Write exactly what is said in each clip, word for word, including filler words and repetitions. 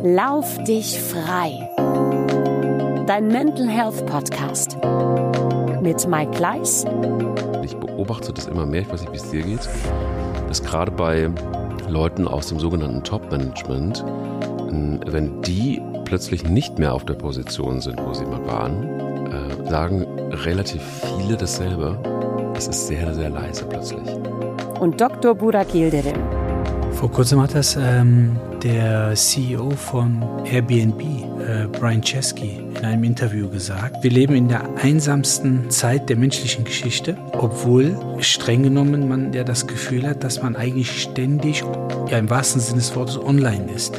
Lauf dich frei. Dein Mental Health Podcast mit Mike Kleiss. Ich beobachte das immer mehr, ich weiß nicht, wie es dir geht, dass gerade bei Leuten aus dem sogenannten Top-Management, wenn die plötzlich nicht mehr auf der Position sind, wo sie mal waren, äh, sagen relativ viele dasselbe. Es ist sehr, sehr leise plötzlich. Und Doktor Burak Yildirim. Vor kurzem hat das ähm, der C E O von Airbnb, äh, Brian Chesky, in einem Interview gesagt. Wir leben in der einsamsten Zeit der menschlichen Geschichte, obwohl streng genommen man ja das Gefühl hat, dass man eigentlich ständig, ja im wahrsten Sinne des Wortes, online ist.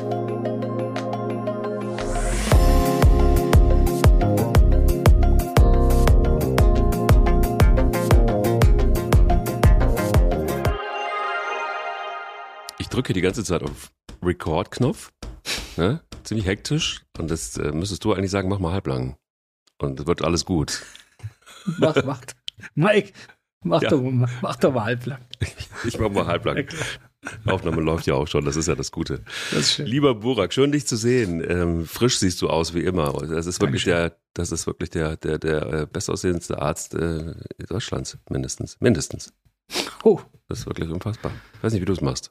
Ich drücke die ganze Zeit auf Record-Knopf, ne? Ziemlich hektisch, und das äh, müsstest du eigentlich sagen, mach mal halblang und es wird alles gut. Mach, mach, Mike, mach, Ja. doch, mach, mach doch mal halblang. Ich mach mal halblang. Aufnahme läuft ja auch schon, das ist ja das Gute. Das ist schön. Lieber Burak, schön dich zu sehen. Ähm, frisch siehst du aus wie immer. Das ist wirklich Dankeschön. der, das ist wirklich der, der, der äh, bestaussehendste Arzt äh, Deutschlands, mindestens. Mindestens. Oh, Das ist wirklich unfassbar. Ich weiß nicht, wie du es machst.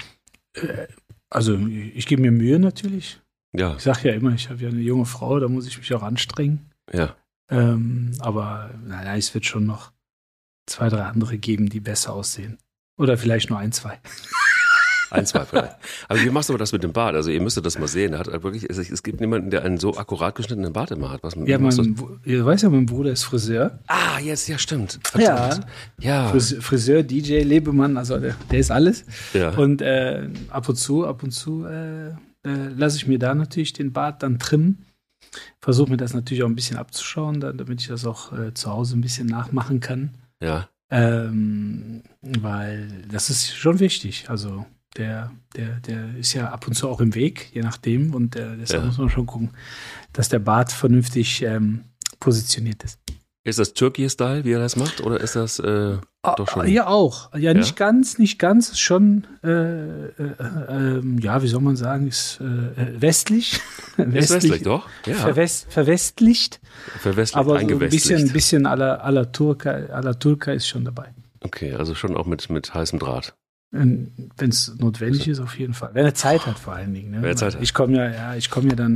also ich gebe mir Mühe natürlich. Ja, Ich sage ja immer, ich habe ja eine junge Frau, da muss ich mich auch anstrengen. ja. Ähm, aber naja, es wird schon noch zwei, drei andere geben, die besser aussehen. Oder vielleicht nur ein, zwei. Ein, zwei vielleicht. Aber wie machst du das mit dem Bart? Also ihr müsstet das mal sehen. Er hat halt wirklich, es, es gibt niemanden, der einen so akkurat geschnittenen Bart immer hat. Was, Ja, wie machst du mein, das? ihr weißt ja, mein Bruder ist Friseur. Ah, jetzt, ja, stimmt. Ja. Verdammt. Ja. Fris- Friseur, D J, Lebemann, also der, der ist alles. Ja. Und äh, ab und zu, ab und zu äh, äh, lasse ich mir da natürlich den Bart dann trimmen. Versuche mir das natürlich auch ein bisschen abzuschauen, da, damit ich das auch äh, zu Hause ein bisschen nachmachen kann. Ja. Ähm, weil das ist schon wichtig. Also der, der, der ist ja ab und zu auch im Weg, je nachdem. Und äh, deshalb Ja. muss man schon gucken, dass der Bart vernünftig ähm, positioniert ist. Ist das Türkei-Style, wie er das macht? Oder ist das äh, doch schon? Ja, auch. Ja, nicht ganz, nicht ganz. Ist schon, äh, äh, äh, ja, wie soll man sagen, ist äh, westlich. Ist westlich, doch? Ja. Verwest, verwestlicht. Verwestlicht, Aber so ein eingewestlicht. bisschen, ein bisschen à la, à la Turka, à la Turka ist schon dabei. Okay, also schon auch mit, mit heißem Draht. Wenn es notwendig ist, auf jeden Fall. Wenn er Zeit hat, vor allen Dingen. Ne? Wenn er Zeit hat. Ich komme ja, ja, ich komme ja dann,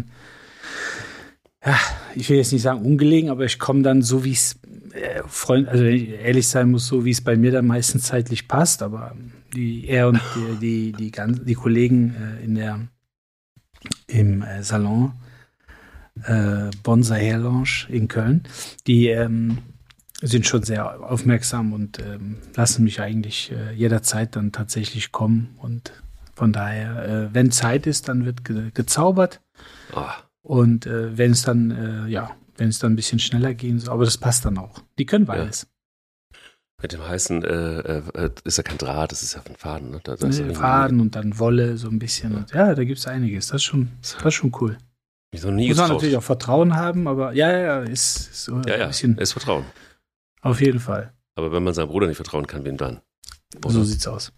ja, ich will jetzt nicht sagen ungelegen, aber ich komme dann so, wie es, äh, Freund, also wenn ich ehrlich sein muss, so wie es bei mir dann meistens zeitlich passt. Aber die, er und die, die, die, ganz, die Kollegen äh, in der, im äh, Salon äh, Bonsai Hair Lounge in Köln, die ähm, sind schon sehr aufmerksam und ähm, lassen mich eigentlich äh, jederzeit dann tatsächlich kommen. Und von daher, äh, wenn Zeit ist, dann wird ge- gezaubert. Ah, Und äh, wenn es dann, äh, ja, wenn es dann ein bisschen schneller gehen soll, aber das passt dann auch. Die können Ja. beides. mit dem heißen äh, äh, ist ja kein Draht, das ist ja ein Faden. Ne? Da, da ist Ne, irgendwie- Faden und dann Wolle so ein bisschen. Und ja, da gibt es einiges. Das ist schon, das ist schon cool. Ich noch nie Muss man getraut. natürlich auch Vertrauen haben, aber ja, ja, ja, ist, ist so Ja, ein ja, bisschen. ist Vertrauen. Auf jeden Fall. Aber wenn man seinem Bruder nicht vertrauen kann, wem dann? So sieht's aus.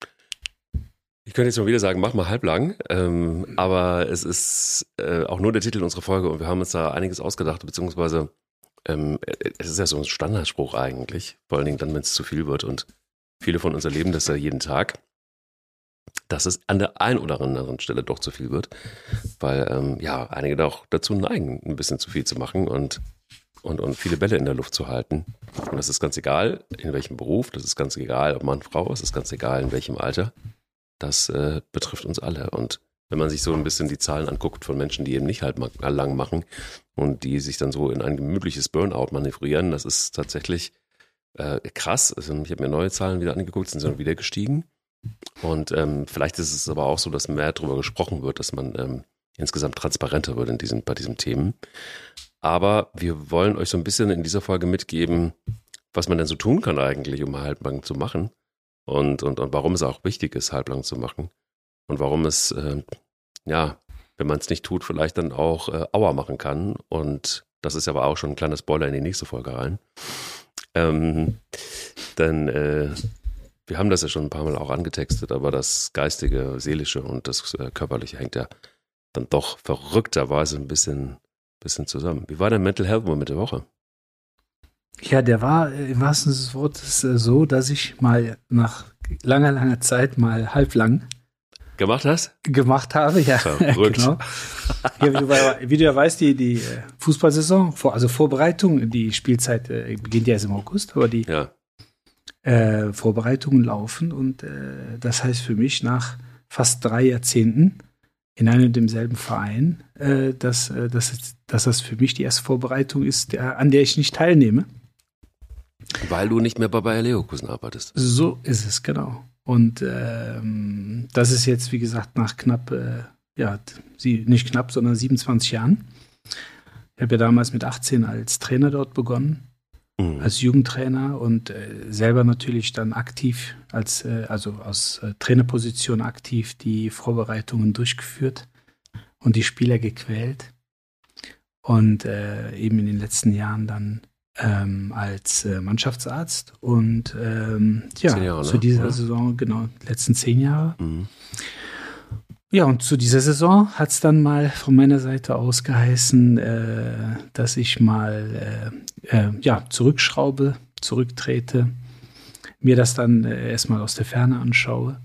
Ich könnte jetzt mal wieder sagen, mach mal halblang, ähm, aber es ist äh, auch nur der Titel unserer Folge und wir haben uns da einiges ausgedacht, beziehungsweise ähm, es ist ja so ein Standardspruch eigentlich, vor allen Dingen dann, wenn es zu viel wird, und viele von uns erleben das ja jeden Tag, dass es an der einen oder anderen Stelle doch zu viel wird, weil ähm, ja einige da auch dazu neigen, ein bisschen zu viel zu machen und Und, und viele Bälle in der Luft zu halten. Und das ist ganz egal, in welchem Beruf, das ist ganz egal, ob Mann, Frau, es ist ganz egal, in welchem Alter. Das äh, betrifft uns alle. Und wenn man sich so ein bisschen die Zahlen anguckt von Menschen, die eben nicht halt ma- lang machen und die sich dann so in ein gemütliches Burnout manövrieren, das ist tatsächlich äh, krass. Also ich habe mir neue Zahlen wieder angeguckt, sind sie wieder gestiegen. Und ähm, vielleicht ist es aber auch so, dass mehr darüber gesprochen wird, dass man ähm, insgesamt transparenter wird in diesen, bei diesen Themen. Aber wir wollen euch so ein bisschen in dieser Folge mitgeben, was man denn so tun kann eigentlich, um halblang zu machen. Und, und, und warum es auch wichtig ist, halblang zu machen. Und warum es, äh, ja, wenn man es nicht tut, vielleicht dann auch äh, Aua machen kann. Und das ist aber auch schon ein kleiner Spoiler in die nächste Folge rein. Ähm, denn äh, wir haben das ja schon ein paar Mal auch angetextet, aber das Geistige, Seelische und das äh, Körperliche hängt ja dann doch verrückterweise ein bisschen, bisschen zusammen. Wie war dein Mental Health Moment der Woche? Ja, der war im wahrsten Sinne des Wortes so, dass ich mal nach langer, langer Zeit mal halblang gemacht hast? Gemacht habe, ja. Verrückt. Genau. Ja, wie, du, wie du ja weißt, die, die Fußballsaison, also Vorbereitung, die Spielzeit äh, beginnt ja erst im August, aber die ja. äh, Vorbereitungen laufen und äh, das heißt für mich nach fast drei Jahrzehnten in einem und demselben Verein, äh, dass, äh, dass, dass das für mich die erste Vorbereitung ist, der, an der ich nicht teilnehme. Weil du nicht mehr bei Bayer Leverkusen arbeitest. So ist es, genau. Und ähm, das ist jetzt, wie gesagt, nach knapp, äh, ja, sie, nicht knapp, sondern siebenundzwanzig Jahren. Ich habe ja damals mit achtzehn als Trainer dort begonnen, mhm. als Jugendtrainer und äh, selber natürlich dann aktiv, als, äh, also aus äh, Trainerposition aktiv die Vorbereitungen durchgeführt und die Spieler gequält. Und äh, eben in den letzten Jahren dann Ähm, als äh, Mannschaftsarzt und ähm, ja, Jahre, zu ne? dieser Oder? Saison, genau, die letzten zehn Jahre. Mhm. Ja, und zu dieser Saison hat es dann mal von meiner Seite aus geheißen, äh, dass ich mal äh, äh, ja, zurückschraube, zurücktrete, mir das dann äh, erstmal aus der Ferne anschaue.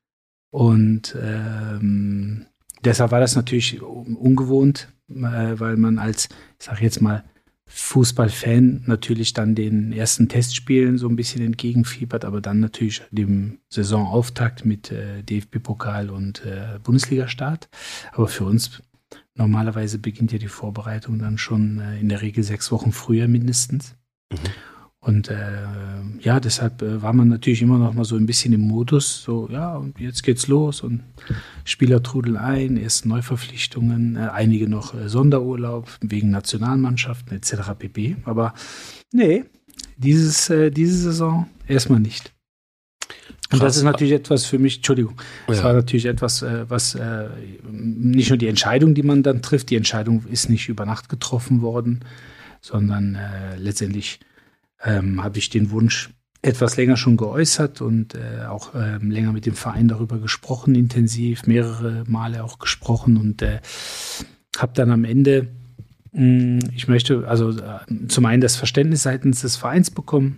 Und ähm, deshalb war das natürlich ungewohnt, äh, weil man als, ich sage jetzt mal, Fußballfan natürlich dann den ersten Testspielen so ein bisschen entgegenfiebert, aber dann natürlich dem Saisonauftakt mit äh, D F B-Pokal und äh, Bundesliga-Start. Aber für uns normalerweise beginnt ja die Vorbereitung dann schon äh, in der Regel sechs Wochen früher mindestens. Mhm. Und äh, ja, deshalb äh, war man natürlich immer noch mal so ein bisschen im Modus, so ja, und jetzt geht's los und Spieler trudeln ein, erst Neuverpflichtungen, äh, einige noch äh, Sonderurlaub wegen Nationalmannschaften et cetera pp. Aber nee, dieses, äh, diese Saison erstmal nicht. Und Krass. Das ist natürlich etwas für mich, Entschuldigung, das Ja. war natürlich etwas, äh, was äh, nicht nur die Entscheidung, die man dann trifft, die Entscheidung ist nicht über Nacht getroffen worden, sondern äh, letztendlich Ähm, habe ich den Wunsch etwas länger schon geäußert und äh, auch ähm, länger mit dem Verein darüber gesprochen, intensiv, mehrere Male auch gesprochen und äh, habe dann am Ende, mh, ich möchte also äh, zum einen das Verständnis seitens des Vereins bekommen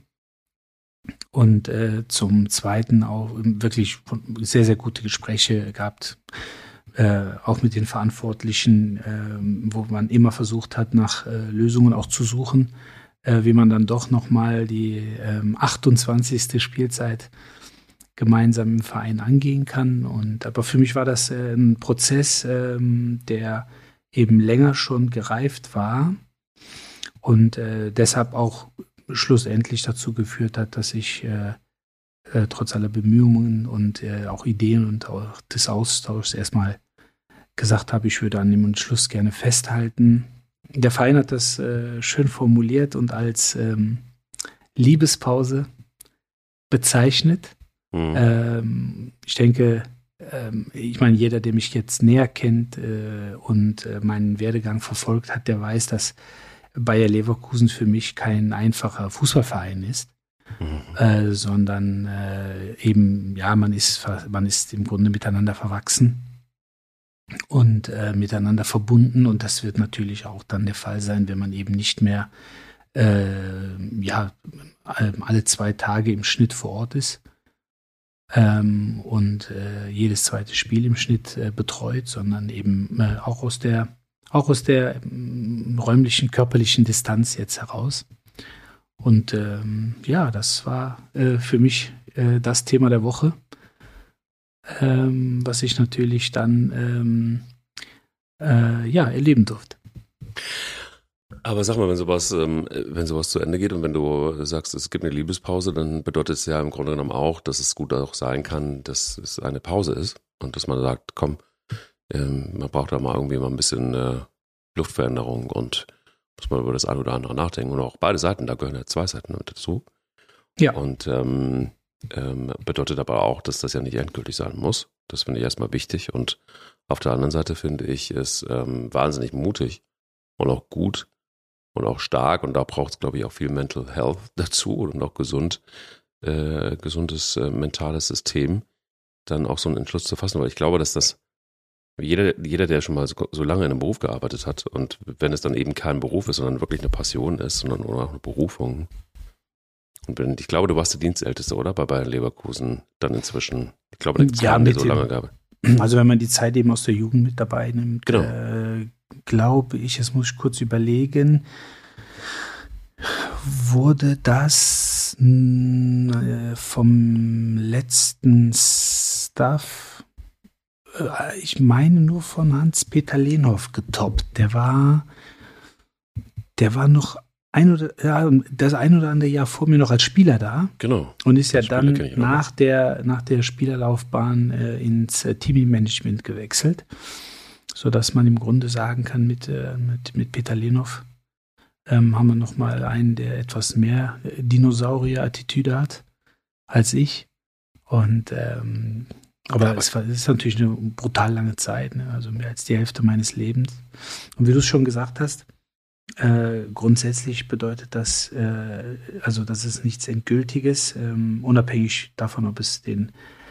und äh, zum zweiten auch wirklich sehr, sehr gute Gespräche gehabt, äh, auch mit den Verantwortlichen, äh, wo man immer versucht hat, nach äh, Lösungen auch zu suchen, wie man dann doch nochmal die ähm, achtundzwanzigste Spielzeit gemeinsam im Verein angehen kann. Und aber für mich war das äh, ein Prozess, ähm, der eben länger schon gereift war und äh, deshalb auch schlussendlich dazu geführt hat, dass ich äh, äh, trotz aller Bemühungen und äh, auch Ideen und auch des Austauschs erstmal gesagt habe, ich würde an dem Entschluss gerne festhalten. Der Verein hat das äh, schön formuliert und als ähm, Liebespause bezeichnet. Mhm. Ähm, ich denke, ähm, ich meine, jeder, der mich jetzt näher kennt äh, und äh, meinen Werdegang verfolgt hat, der weiß, dass Bayer Leverkusen für mich kein einfacher Fußballverein ist, mhm. äh, sondern äh, eben, ja, man ist, man ist im Grunde miteinander verwachsen und äh, miteinander verbunden und das wird natürlich auch dann der Fall sein, wenn man eben nicht mehr äh, ja, alle zwei Tage im Schnitt vor Ort ist ähm, und äh, jedes zweite Spiel im Schnitt äh, betreut, sondern eben äh, auch aus der auch aus der äh, räumlichen, körperlichen Distanz jetzt heraus. Und ähm, ja, das war äh, für mich äh, das Thema der Woche. Ähm, was ich natürlich dann ähm, äh, ja, erleben durfte. Aber sag mal, wenn sowas, ähm, wenn sowas zu Ende geht und wenn du sagst, es gibt eine Liebespause, dann bedeutet es ja im Grunde genommen auch, dass es gut auch sein kann, dass es eine Pause ist und dass man sagt, komm, ähm, man braucht da mal irgendwie mal ein bisschen äh, Luftveränderung und muss mal über das eine oder andere nachdenken und auch beide Seiten, da gehören ja zwei Seiten dazu. Ja. Und ähm, Ähm, bedeutet aber auch, dass das ja nicht endgültig sein muss. Das finde ich erstmal wichtig. Und auf der anderen Seite finde ich es ähm, wahnsinnig mutig und auch gut und auch stark. Und da braucht es, glaube ich, auch viel Mental Health dazu und auch gesund, äh, gesundes äh, mentales System, dann auch so einen Entschluss zu fassen. Weil ich glaube, dass das Jeder, jeder, der schon mal so, so lange in einem Beruf gearbeitet hat und wenn es dann eben kein Beruf ist, sondern wirklich eine Passion ist, sondern auch eine Berufung. Und wenn, ich glaube, du warst der Dienstälteste, oder? Bei Bayer Leverkusen dann inzwischen. Ich glaube, da gibt es Ja, keinen, der mit so dem- lange gab. Also wenn man die Zeit eben aus der Jugend mit dabei nimmt, Genau. äh, glaube ich, jetzt muss ich kurz überlegen, wurde das mh, äh, vom letzten Staff, äh, ich meine nur von Hans-Peter Lehnhoff getoppt. Der war, der war noch ein oder, ja, das ein oder andere Jahr vor mir noch als Spieler da. Genau. Und ist ja Als Spieler dann kenn ich ihn auch nach der, nach der Spielerlaufbahn äh, ins äh, Teammanagement gewechselt, sodass man im Grunde sagen kann, mit, äh, mit, mit Peter Lehnhoff ähm, haben wir nochmal einen, der etwas mehr äh, Dinosaurier-Attitüde hat als ich. Und ähm, aber, Aber- es, war, es ist natürlich eine brutal lange Zeit, ne? Also mehr als die Hälfte meines Lebens. Und wie du es schon gesagt hast, Äh, grundsätzlich bedeutet das, äh, also das ist nichts Endgültiges, ähm, unabhängig davon, ob es den,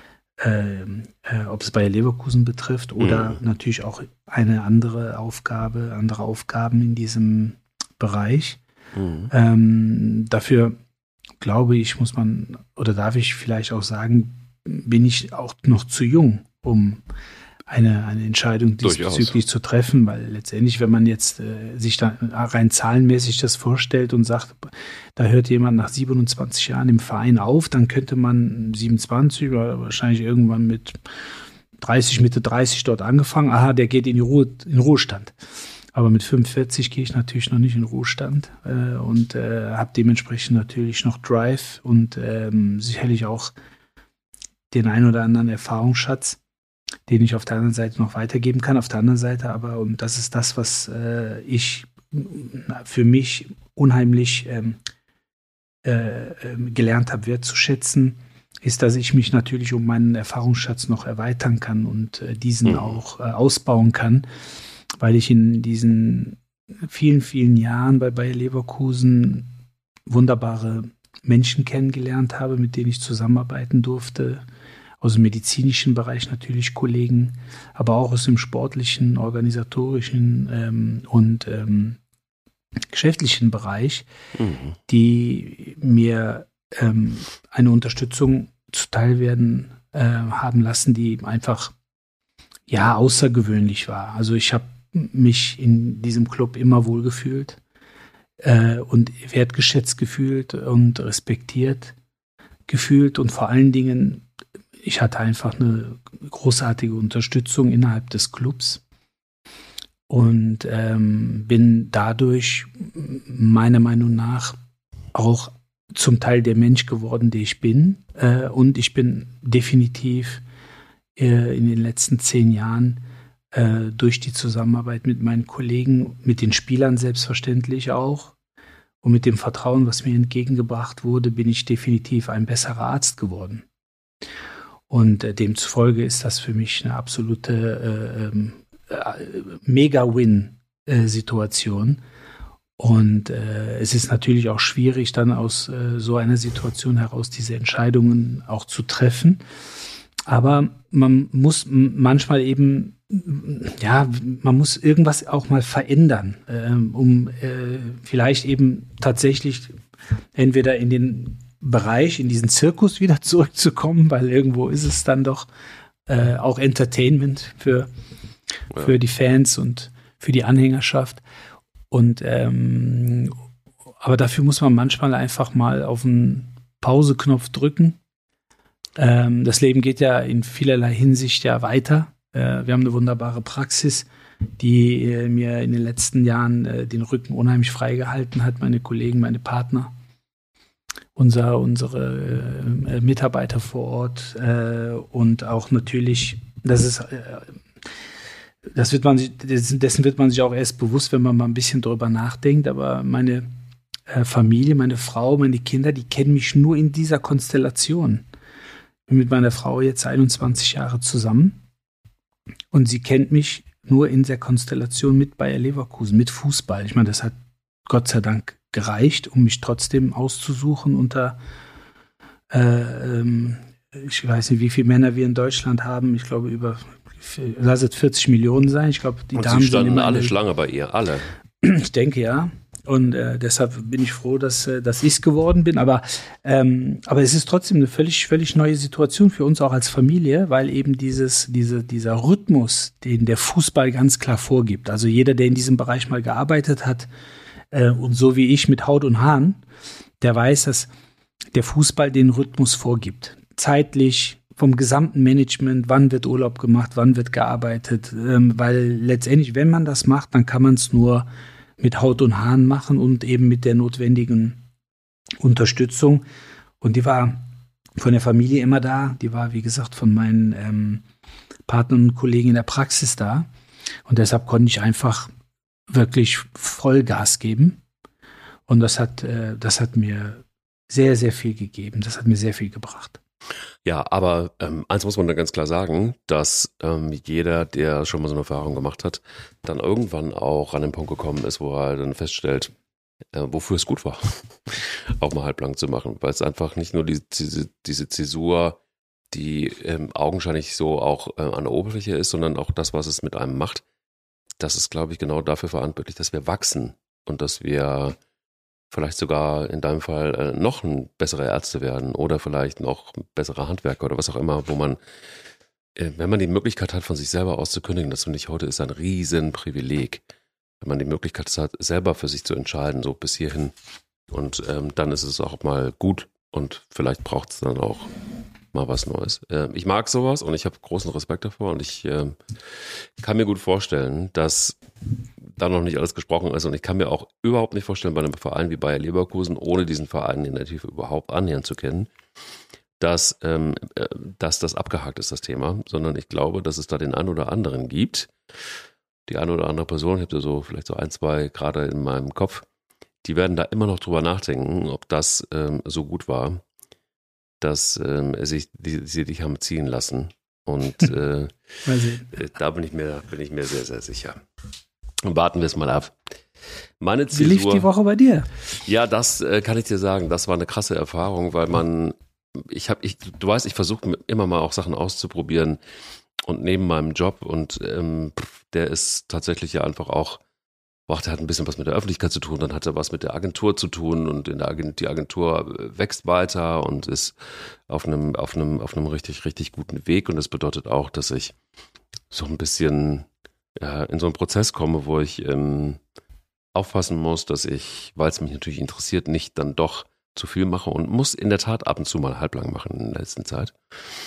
ähm, äh, ob es Bayer Leverkusen betrifft oder Mhm. natürlich auch eine andere Aufgabe, andere Aufgaben in diesem Bereich. Mhm. Ähm, dafür glaube ich, muss man oder darf ich vielleicht auch sagen, bin ich auch noch zu jung, um eine, eine Entscheidung Durchaus. diesbezüglich zu treffen, weil letztendlich, wenn man jetzt äh, sich da rein zahlenmäßig das vorstellt und sagt, da hört jemand nach siebenundzwanzig Jahren im Verein auf, dann könnte man siebenundzwanzig oder wahrscheinlich irgendwann mit dreißig, Mitte dreißig dort angefangen, aha, der geht in, die Ruhe, in Ruhestand. Aber mit fünfundvierzig gehe ich natürlich noch nicht in Ruhestand äh, und äh, habe dementsprechend natürlich noch Drive und ähm, sicherlich auch den ein oder anderen Erfahrungsschatz, den ich auf der anderen Seite noch weitergeben kann. Auf der anderen Seite aber, und das ist das, was äh, ich na, für mich unheimlich ähm, äh, ähm, gelernt habe, wertzuschätzen, ist, dass ich mich natürlich um meinen Erfahrungsschatz noch erweitern kann und äh, diesen Mhm. auch äh, ausbauen kann, weil ich in diesen vielen, vielen Jahren bei Bayer Leverkusen wunderbare Menschen kennengelernt habe, mit denen ich zusammenarbeiten durfte. Aus dem medizinischen Bereich natürlich Kollegen, aber auch aus dem sportlichen, organisatorischen ähm, und ähm, geschäftlichen Bereich, Mhm. die mir ähm, eine Unterstützung zuteil werden äh, haben lassen, die einfach ja außergewöhnlich war. Also ich habe mich in diesem Club immer wohlgefühlt äh, und wertgeschätzt gefühlt und respektiert gefühlt und vor allen Dingen ich hatte einfach eine großartige Unterstützung innerhalb des Clubs und ähm, bin dadurch meiner Meinung nach auch zum Teil der Mensch geworden, der ich bin. Äh, und ich bin definitiv äh, in den letzten zehn Jahren äh, durch die Zusammenarbeit mit meinen Kollegen, mit den Spielern selbstverständlich auch und mit dem Vertrauen, was mir entgegengebracht wurde, bin ich definitiv ein besserer Arzt geworden. Und äh, demzufolge ist das für mich eine absolute äh, äh, Mega-Win-Situation. Und äh, es ist natürlich auch schwierig, dann aus äh, so einer Situation heraus diese Entscheidungen auch zu treffen. Aber man muss m- manchmal eben, m- ja, man muss irgendwas auch mal verändern, ähm, um äh, vielleicht eben tatsächlich entweder in den Bereich, in diesen Zirkus wieder zurückzukommen, weil irgendwo ist es dann doch äh, auch Entertainment für, Ja. für die Fans und für die Anhängerschaft. Und ähm, aber dafür muss man manchmal einfach mal auf den Pauseknopf drücken. Ähm, das Leben geht ja in vielerlei Hinsicht ja weiter. Äh, wir haben eine wunderbare Praxis, die äh, mir in den letzten Jahren äh, den Rücken unheimlich frei gehalten hat, meine Kollegen, meine Partner. Unser, unsere äh, Mitarbeiter vor Ort äh, und auch natürlich, das ist, äh, das wird man sich, dessen wird man sich auch erst bewusst, wenn man mal ein bisschen drüber nachdenkt. Aber meine äh, Familie, meine Frau, meine Kinder, die kennen mich nur in dieser Konstellation. Ich bin mit meiner Frau jetzt einundzwanzig Jahre zusammen und sie kennt mich nur in der Konstellation mit Bayer Leverkusen, mit Fußball. Ich meine, das hat Gott sei Dank gereicht, um mich trotzdem auszusuchen unter äh, ähm, ich weiß nicht, wie viele Männer wir in Deutschland haben. Ich glaube, über, lass es vierzig Millionen sein. Ich glaube, die und Damen sie standen sind immer alle eine, Schlange bei ihr, alle. Ich denke, ja. Und äh, deshalb bin ich froh, dass, äh, dass ich es geworden bin. Aber, ähm, aber es ist trotzdem eine völlig, völlig neue Situation für uns auch als Familie, weil eben dieses, diese, dieser Rhythmus, den der Fußball ganz klar vorgibt. Also jeder, der in diesem Bereich mal gearbeitet hat äh, und so wie ich mit Haut und Haaren, der weiß, dass der Fußball den Rhythmus vorgibt. Zeitlich, vom gesamten Management, wann wird Urlaub gemacht, wann wird gearbeitet. Ähm, weil letztendlich, wenn man das macht, dann kann man es nur mit Haut und Haaren machen und eben mit der notwendigen Unterstützung. Und die war von der Familie immer da. Die war, wie gesagt, von meinen ähm, Partnern und Kollegen in der Praxis da. Und deshalb konnte ich einfach wirklich Vollgas geben. Und das hat, äh, das hat mir sehr, sehr viel gegeben. Das hat mir sehr viel gebracht. Ja, aber ähm, eins muss man da ganz klar sagen, dass ähm, jeder, der schon mal so eine Erfahrung gemacht hat, dann irgendwann auch an den Punkt gekommen ist, wo er dann feststellt, äh, wofür es gut war, auch mal halblang zu machen, weil es einfach nicht nur die, diese, diese Zäsur, die ähm, augenscheinlich so auch äh, an der Oberfläche ist, sondern auch das, was es mit einem macht. Das ist, glaube ich, genau dafür verantwortlich, dass wir wachsen und dass wir vielleicht sogar in deinem Fall äh, noch ein bessere Ärzte werden oder vielleicht noch bessere Handwerker oder was auch immer, wo man, äh, wenn man die Möglichkeit hat, von sich selber aus zu kündigen, das finde ich heute ist ein Riesenprivileg, wenn man die Möglichkeit hat, selber für sich zu entscheiden, so bis hierhin. Und ähm, dann ist es auch mal gut und vielleicht braucht es dann auch mal was Neues. Äh, ich mag sowas und ich habe großen Respekt davor und ich äh, kann mir gut vorstellen, dass da noch nicht alles gesprochen ist und ich kann mir auch überhaupt nicht vorstellen, bei einem Verein wie Bayer Leverkusen, ohne diesen Verein in der Tiefe überhaupt annähernd zu kennen, dass, ähm, äh, dass das abgehakt ist, das Thema, sondern ich glaube, dass es da den einen oder anderen gibt, die eine oder andere Person, ich habe da so vielleicht so ein, zwei gerade in meinem Kopf, die werden da immer noch drüber nachdenken, ob das ähm, so gut war, dass ähm, sich, die, sie dich haben ziehen lassen. Und äh, da bin ich mir, bin ich mir sehr, sehr sicher. Und warten wir es mal ab. Meine Zäsur, Wie lief die Woche bei dir? Ja, das äh, kann ich dir sagen. Das war eine krasse Erfahrung, weil man, ich habe, ich, du weißt, ich versuche immer mal auch Sachen auszuprobieren und neben meinem Job und ähm, der ist tatsächlich ja einfach auch, boah, der hat ein bisschen was mit der Öffentlichkeit zu tun, dann hat er was mit der Agentur zu tun und in der Agent, die Agentur wächst weiter und ist auf einem, auf einem, auf einem richtig, richtig guten Weg und das bedeutet auch, dass ich so ein bisschen ja, in so einen Prozess komme, wo ich ähm, aufpassen muss, dass ich, weil es mich natürlich interessiert, nicht dann doch zu viel mache und muss in der Tat ab und zu mal halblang machen in der letzten Zeit.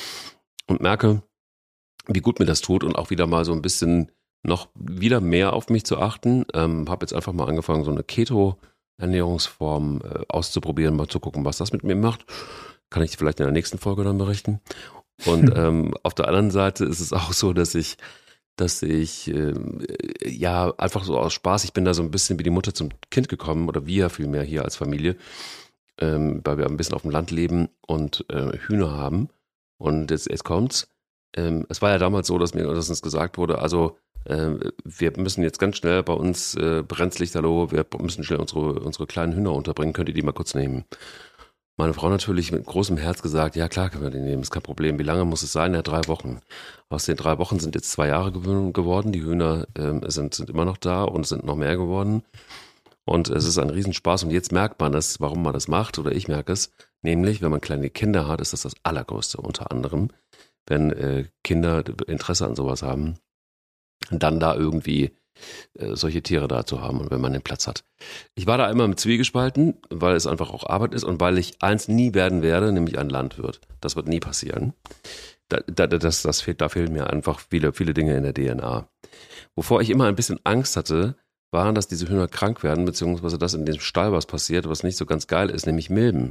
Und merke, wie gut mir das tut und auch wieder mal so ein bisschen noch wieder mehr auf mich zu achten. Ähm, habe jetzt einfach mal angefangen, so eine Keto-Ernährungsform äh, auszuprobieren, mal zu gucken, was das mit mir macht. Kann ich vielleicht in der nächsten Folge dann berichten. Und ähm, auf der anderen Seite ist es auch so, dass ich dass ich, äh, ja, einfach so aus Spaß, ich bin da so ein bisschen wie die Mutter zum Kind gekommen, oder wir vielmehr hier als Familie, ähm, weil wir ein bisschen auf dem Land leben und äh, Hühner haben. Und jetzt, jetzt kommt's. Ähm, es war ja damals so, dass mir dass uns gesagt wurde, also äh, wir müssen jetzt ganz schnell bei uns äh, Brenzlichterloh, wir müssen schnell unsere, unsere kleinen Hühner unterbringen, könnt ihr die mal kurz nehmen? Meine Frau natürlich mit großem Herz gesagt, ja klar können wir die nehmen, ist kein Problem. Wie lange muss es sein? Ja, drei Wochen. Aus den drei Wochen sind jetzt zwei Jahre geworden. Die Hühner ähm, sind, sind immer noch da und sind noch mehr geworden. Und es ist ein Riesenspaß. Und jetzt merkt man es, warum man das macht, oder ich merke es. Nämlich, wenn man kleine Kinder hat, ist das das Allergrößte unter anderem. Wenn äh, Kinder Interesse an sowas haben, dann da irgendwie solche Tiere da zu haben und wenn man den Platz hat. Ich war da immer im Zwiegespalten, weil es einfach auch Arbeit ist und weil ich eins nie werden werde, nämlich ein Landwirt. Das wird nie passieren. Da, da, das, das fehlt, da fehlen mir einfach viele, viele Dinge in der D N A. Wovor ich immer ein bisschen Angst hatte, waren, dass diese Hühner krank werden, beziehungsweise dass in dem Stall was passiert, was nicht so ganz geil ist, nämlich Milben.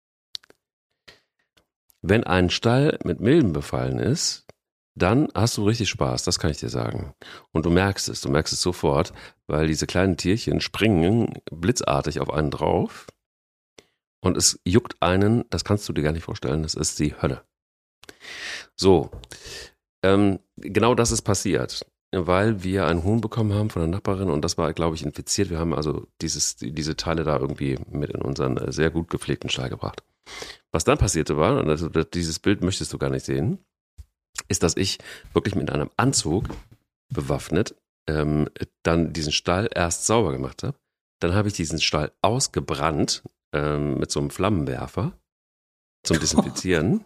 Wenn ein Stall mit Milben befallen ist, dann hast du richtig Spaß, das kann ich dir sagen. Und du merkst es, du merkst es sofort, weil diese kleinen Tierchen springen blitzartig auf einen drauf und es juckt einen, das kannst du dir gar nicht vorstellen, das ist die Hölle. So, ähm, genau das ist passiert, weil wir ein Huhn bekommen haben von der Nachbarin und das war, glaube ich, infiziert. Wir haben also dieses, diese Teile da irgendwie mit in unseren sehr gut gepflegten Stall gebracht. Was dann passierte war, und also dieses Bild möchtest du gar nicht sehen, ist, dass ich wirklich mit einem Anzug bewaffnet ähm, dann diesen Stall erst sauber gemacht habe. Dann habe ich diesen Stall ausgebrannt ähm, mit so einem Flammenwerfer zum Desinfizieren.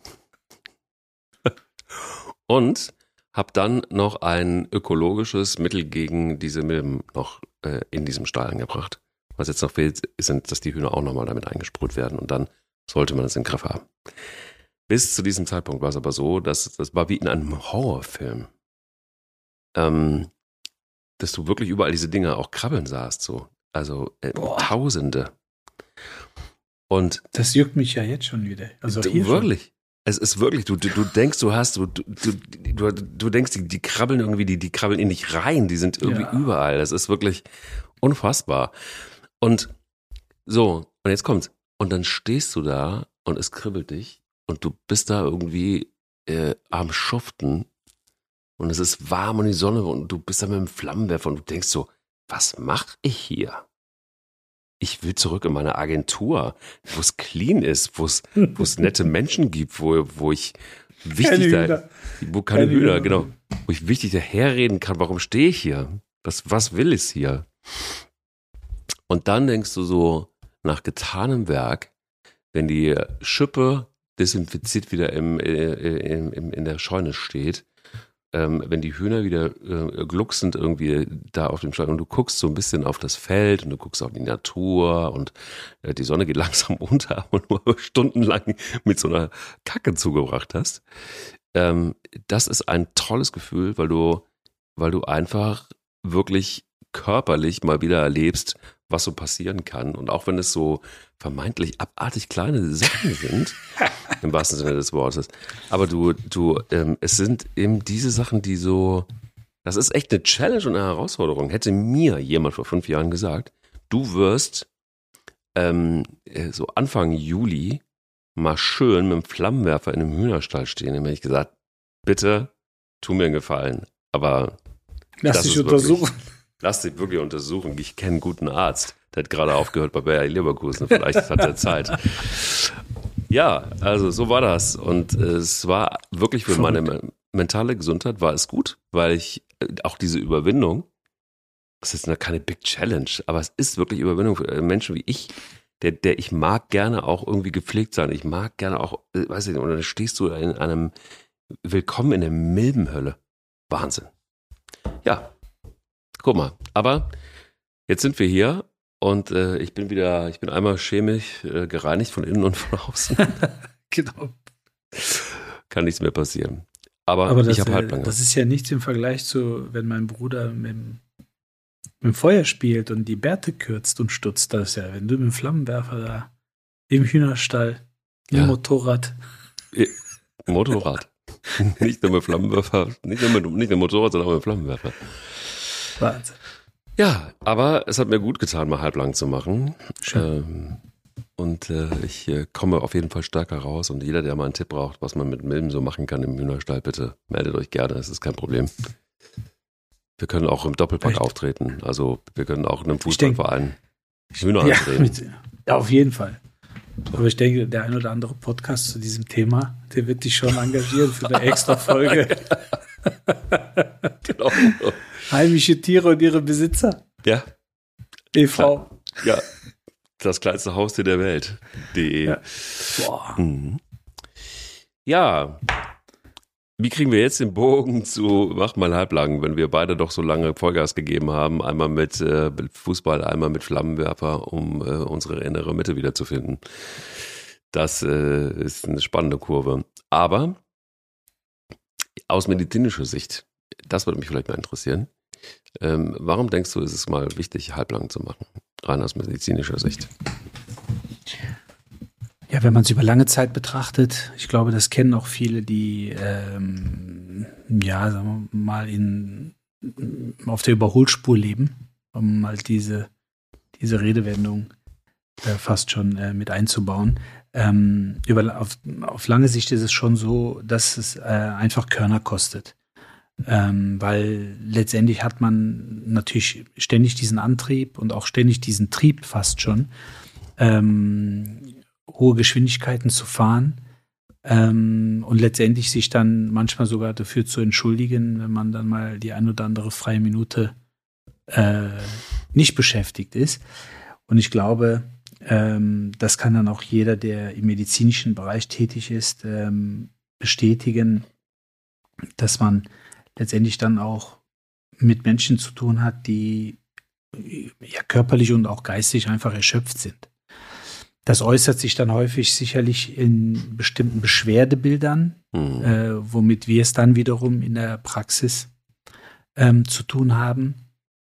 Und habe dann noch ein ökologisches Mittel gegen diese Milben noch äh, in diesem Stall angebracht. Was jetzt noch fehlt, sind, dass die Hühner auch nochmal damit eingesprüht werden und dann sollte man es im Griff haben. Bis zu diesem Zeitpunkt war es aber so, dass das war wie in einem Horrorfilm. Ähm, dass du wirklich überall diese Dinge auch krabbeln sahst, so. Also äh, Tausende. Und das juckt mich ja jetzt schon wieder. Also du, hier wirklich. Schon. Es ist wirklich, du, du, du denkst, du hast, du, du, du, du denkst, die, die krabbeln irgendwie, die, die krabbeln in dich rein, die sind irgendwie ja. überall. Das ist wirklich unfassbar. Und so, und jetzt kommt's. Und dann stehst du da und es kribbelt dich und du bist da irgendwie äh, am Schuften und es ist warm und die Sonne und du bist da mit dem Flammenwerfer und du denkst so, was mache ich hier? Ich will zurück in meine Agentur, wo es clean ist, wo es wo es nette Menschen gibt, wo, wo ich wichtig da, wo keine, keine Hühner, Hühner, genau, wo ich wichtig daherreden kann, warum stehe ich hier? Was, was will es hier? Und dann denkst du so, nach getanem Werk, wenn die Schippe desinfiziert wieder im, im, im, in der Scheune steht, ähm, wenn die Hühner wieder äh, glucksend irgendwie da auf dem Stall und du guckst so ein bisschen auf das Feld und du guckst auf die Natur und äh, die Sonne geht langsam unter und du stundenlang mit so einer Kacke zugebracht hast. Ähm, das ist ein tolles Gefühl, weil du, weil du einfach wirklich körperlich mal wieder erlebst, was so passieren kann. Und auch wenn es so vermeintlich abartig kleine Sachen sind, im wahrsten Sinne des Wortes. Aber du, du, ähm, es sind eben diese Sachen, die so, das ist echt eine Challenge und eine Herausforderung. Hätte mir jemand vor fünf Jahren gesagt, du wirst ähm, so Anfang Juli mal schön mit dem Flammenwerfer in einem Hühnerstall stehen, dann hätte ich gesagt, bitte, tu mir einen Gefallen. Aber lass dich untersuchen. Wirklich, lass dich wirklich untersuchen. Ich kenne einen guten Arzt. Der hat gerade aufgehört bei Bayer Leverkusen. Vielleicht hat er Zeit. Ja, also so war das. Und es war wirklich für meine me- mentale Gesundheit war es gut, weil ich auch diese Überwindung, das ist keine Big Challenge, aber es ist wirklich Überwindung für Menschen wie ich, der, der ich mag gerne auch irgendwie gepflegt sein. Ich mag gerne auch, weiß ich nicht, und dann stehst du in einem Willkommen in der Milbenhölle. Wahnsinn. Ja, guck mal. Aber jetzt sind wir hier. Und äh, ich bin wieder, ich bin einmal chemisch äh, gereinigt von innen und von außen. Genau. Kann nichts mehr passieren. Aber, Aber das, ich habe Halblange. Das ist ja nichts im Vergleich zu, wenn mein Bruder mit dem, mit dem Feuer spielt und die Bärte kürzt und stutzt. Das ist ja, wenn du mit dem Flammenwerfer da im Hühnerstall, im ja. Motorrad. Motorrad. Nicht nur mit Flammenwerfer, nicht nur mit, nicht nur Motorrad, sondern auch mit Flammenwerfer. Wahnsinn. Ja, aber es hat mir gut getan, mal halblang zu machen. Ähm, und äh, ich äh, komme auf jeden Fall stärker raus. Und jeder, der mal einen Tipp braucht, was man mit Milben so machen kann im Hühnerstall, bitte meldet euch gerne, das ist kein Problem. Wir können auch im Doppelpack Echt? auftreten. Also wir können auch in einem Fußballverein Hühner ja, antreten. Mit, ja, auf jeden Fall. Aber ich denke, der ein oder andere Podcast zu diesem Thema, der wird dich schon engagieren für eine extra Folge. Genau. Heimische Tiere und ihre Besitzer. Ja. e V. Ja. Das kleinste Haustier der Welt. De. Ja. Boah. Mhm. Ja. Wie kriegen wir jetzt den Bogen zu Mach mal halblang, wenn wir beide doch so lange Vollgas gegeben haben? Einmal mit äh, Fußball, einmal mit Flammenwerfer, um äh, unsere innere Mitte wiederzufinden. Das äh, ist eine spannende Kurve. Aber aus medizinischer Sicht, das würde mich vielleicht mal interessieren. Ähm, warum denkst du, ist es mal wichtig, halblang zu machen? Rein aus medizinischer Sicht. Ja, wenn man es über lange Zeit betrachtet, ich glaube, das kennen auch viele, die ähm, ja, sagen wir mal in, auf der Überholspur leben, um mal diese, diese Redewendung äh, fast schon äh, mit einzubauen. Ähm, über, auf, auf lange Sicht ist es schon so, dass es äh, einfach Körner kostet. Ähm, weil letztendlich hat man natürlich ständig diesen Antrieb und auch ständig diesen Trieb fast schon, ähm, hohe Geschwindigkeiten zu fahren ähm, und letztendlich sich dann manchmal sogar dafür zu entschuldigen, wenn man dann mal die ein oder andere freie Minute äh, nicht beschäftigt ist. Und ich glaube, ähm, das kann dann auch jeder, der im medizinischen Bereich tätig ist, ähm, bestätigen, dass man letztendlich dann auch mit Menschen zu tun hat, die ja körperlich und auch geistig einfach erschöpft sind. Das äußert sich dann häufig sicherlich in bestimmten Beschwerdebildern, mhm. äh, womit wir es dann wiederum in der Praxis ähm, zu tun haben.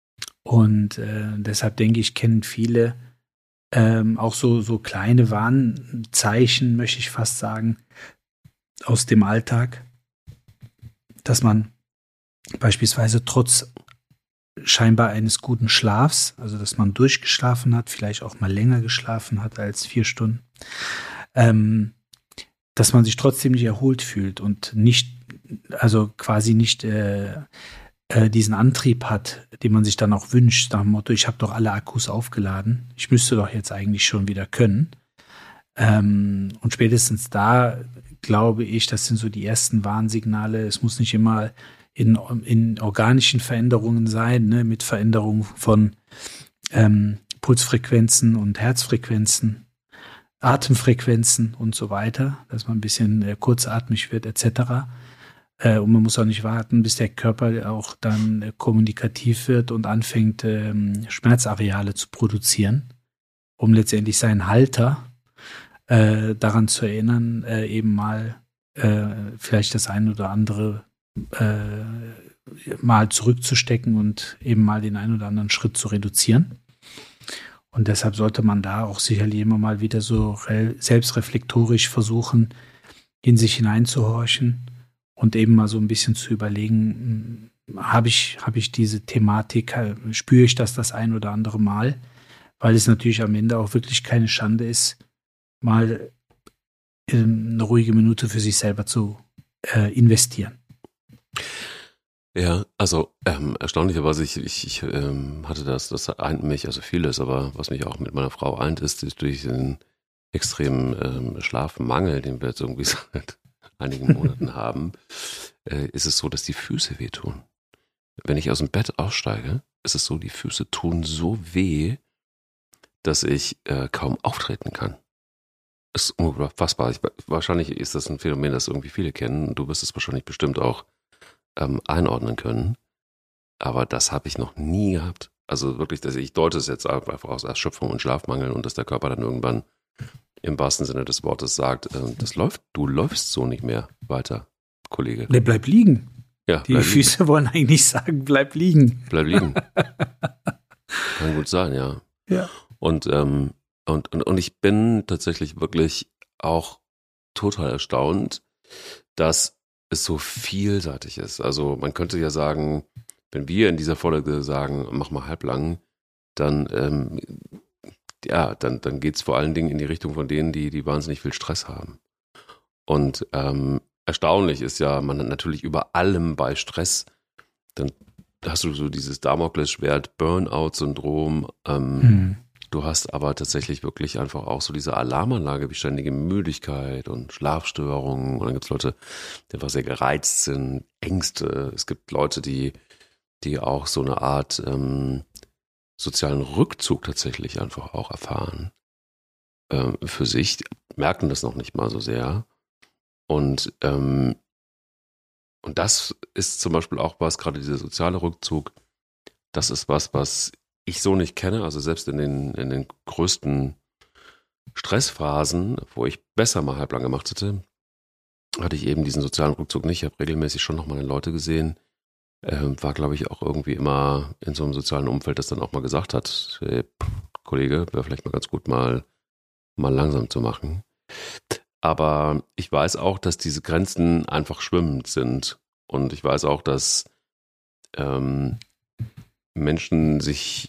Und äh, deshalb denke ich, kennen viele ähm, auch so, so kleine Warnzeichen, möchte ich fast sagen, aus dem Alltag, dass man beispielsweise trotz scheinbar eines guten Schlafs, also dass man durchgeschlafen hat, vielleicht auch mal länger geschlafen hat als vier Stunden, ähm, dass man sich trotzdem nicht erholt fühlt und nicht, also quasi nicht äh, äh, diesen Antrieb hat, den man sich dann auch wünscht, nach dem Motto, ich habe doch alle Akkus aufgeladen, ich müsste doch jetzt eigentlich schon wieder können. Ähm, und spätestens da glaube ich, das sind so die ersten Warnsignale. Es muss nicht immer in, in organischen Veränderungen sein, ne, mit Veränderungen von ähm, Pulsfrequenzen und Herzfrequenzen, Atemfrequenzen und so weiter, dass man ein bisschen äh, kurzatmig wird et cetera. Äh, und man muss auch nicht warten, bis der Körper auch dann äh, kommunikativ wird und anfängt, ähm, Schmerzareale zu produzieren, um letztendlich seinen Halter äh, daran zu erinnern, äh, eben mal äh, vielleicht das ein oder andere Äh, mal zurückzustecken und eben mal den einen oder anderen Schritt zu reduzieren. Und deshalb sollte man da auch sicherlich immer mal wieder so re- selbstreflektorisch versuchen, in sich hineinzuhorchen und eben mal so ein bisschen zu überlegen, habe ich, habe ich diese Thematik, spüre ich das das ein oder andere Mal, weil es natürlich am Ende auch wirklich keine Schande ist, mal eine ruhige Minute für sich selber zu äh, investieren. Ja, also ähm, erstaunlicherweise, ich, ich, ich ähm, hatte das, das eint mich, also vieles, aber was mich auch mit meiner Frau eint, ist, ist durch den extremen ähm, Schlafmangel, den wir jetzt irgendwie seit einigen Monaten haben, äh, ist es so, dass die Füße wehtun. Wenn ich aus dem Bett aussteige, ist es so, die Füße tun so weh, dass ich äh, kaum auftreten kann. Das ist unfassbar. Ich, wahrscheinlich ist das ein Phänomen, das irgendwie viele kennen. Du wirst es wahrscheinlich bestimmt auch ähm, einordnen können. Aber das habe ich noch nie gehabt. Also wirklich, dass ich deute es jetzt einfach aus Erschöpfung und Schlafmangel und dass der Körper dann irgendwann im wahrsten Sinne des Wortes sagt, äh, das läuft, du läufst so nicht mehr weiter, Kollege. Ne, bleib liegen. Ja, Die Füße liegen. Wollen eigentlich sagen, bleib liegen. Bleib liegen. Kann gut sein, ja. Ja. Und, ähm, und, und, und ich bin tatsächlich wirklich auch total erstaunt, dass es so vielseitig ist. Also man könnte ja sagen, wenn wir in dieser Folge sagen, mach mal halblang, dann, ähm, ja, dann, dann geht es vor allen Dingen in die Richtung von denen, die, die wahnsinnig viel Stress haben. Und ähm, erstaunlich ist ja, man hat natürlich über allem bei Stress, dann hast du so dieses Damoklesschwert, Burnout-Syndrom, ähm, hm. Du hast aber tatsächlich wirklich einfach auch so diese Alarmanlage wie ständige Müdigkeit und Schlafstörungen. Und dann gibt es Leute, die einfach sehr gereizt sind, Ängste. Es gibt Leute, die, die auch so eine Art ähm, sozialen Rückzug tatsächlich einfach auch erfahren. Ähm, für sich, merken das noch nicht mal so sehr. Und, ähm, und das ist zum Beispiel auch was, gerade dieser soziale Rückzug, das ist was, was ich so nicht kenne, also selbst in den, in den größten Stressphasen, wo ich besser mal halblang gemacht hätte, hatte ich eben diesen sozialen Rückzug nicht. Ich habe regelmäßig schon noch meine Leute gesehen, äh, war glaube ich auch irgendwie immer in so einem sozialen Umfeld, das dann auch mal gesagt hat, hey, Kollege, wäre vielleicht mal ganz gut mal, mal langsam zu machen. Aber ich weiß auch, dass diese Grenzen einfach schwimmend sind und ich weiß auch, dass ähm, Menschen sich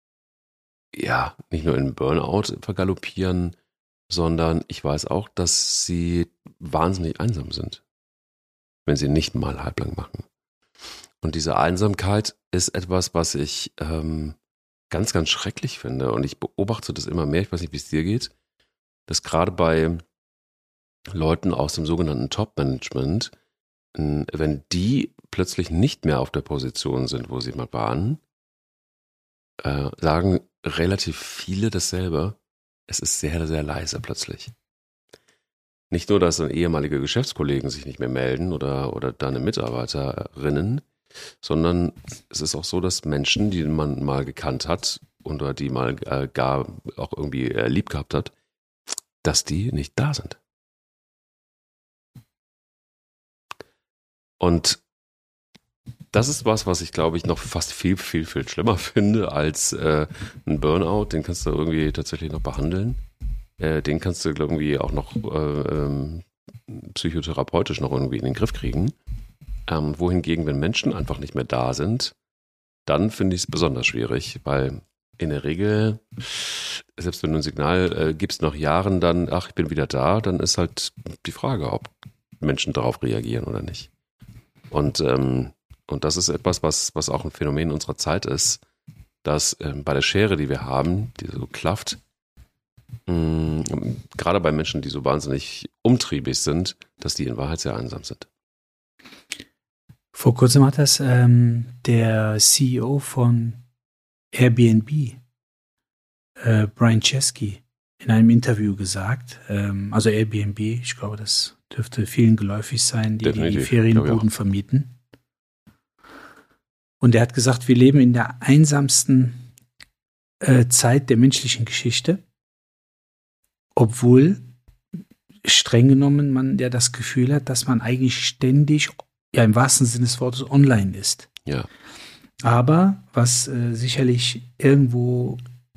ja nicht nur in Burnout vergaloppieren, sondern ich weiß auch, dass sie wahnsinnig einsam sind, wenn sie nicht mal halblang machen. Und diese Einsamkeit ist etwas, was ich ähm, ganz, ganz schrecklich finde. Und ich beobachte das immer mehr, ich weiß nicht, wie es dir geht, dass gerade bei Leuten aus dem sogenannten Top-Management, wenn die plötzlich nicht mehr auf der Position sind, wo sie mal waren, äh, sagen relativ viele dasselbe. Es ist sehr, sehr leise plötzlich. Nicht nur, dass dann ehemalige Geschäftskollegen sich nicht mehr melden oder, oder deine Mitarbeiterinnen, sondern es ist auch so, dass Menschen, die man mal gekannt hat oder die mal äh, gar auch irgendwie äh, lieb gehabt hat, dass die nicht da sind. Und das ist was, was ich glaube ich noch fast viel, viel, viel schlimmer finde als äh, ein Burnout. Den kannst du irgendwie tatsächlich noch behandeln. Äh, den kannst du irgendwie auch noch äh, ähm, psychotherapeutisch noch irgendwie in den Griff kriegen. Ähm, wohingegen, wenn Menschen einfach nicht mehr da sind, dann finde ich es besonders schwierig, weil in der Regel, selbst wenn du ein Signal äh, gibst nach Jahren dann, ach, ich bin wieder da, dann ist halt die Frage, ob Menschen darauf reagieren oder nicht. Und, ähm, und das ist etwas, was, was auch ein Phänomen unserer Zeit ist, dass ähm, bei der Schere, die wir haben, die so klafft, mh, gerade bei Menschen, die so wahnsinnig umtriebig sind, dass die in Wahrheit sehr einsam sind. Vor kurzem hat das ähm, der C E O von Airbnb, äh, Brian Chesky, in einem Interview gesagt. Ähm, also Airbnb, ich glaube, das dürfte vielen geläufig sein, die Definitiv. die Ferienbuden vermieten. Und er hat gesagt, wir leben in der einsamsten äh, Zeit der menschlichen Geschichte, obwohl streng genommen man ja das Gefühl hat, dass man eigentlich ständig, ja im wahrsten Sinne des Wortes, online ist. Ja. Aber was äh, sicherlich irgendwo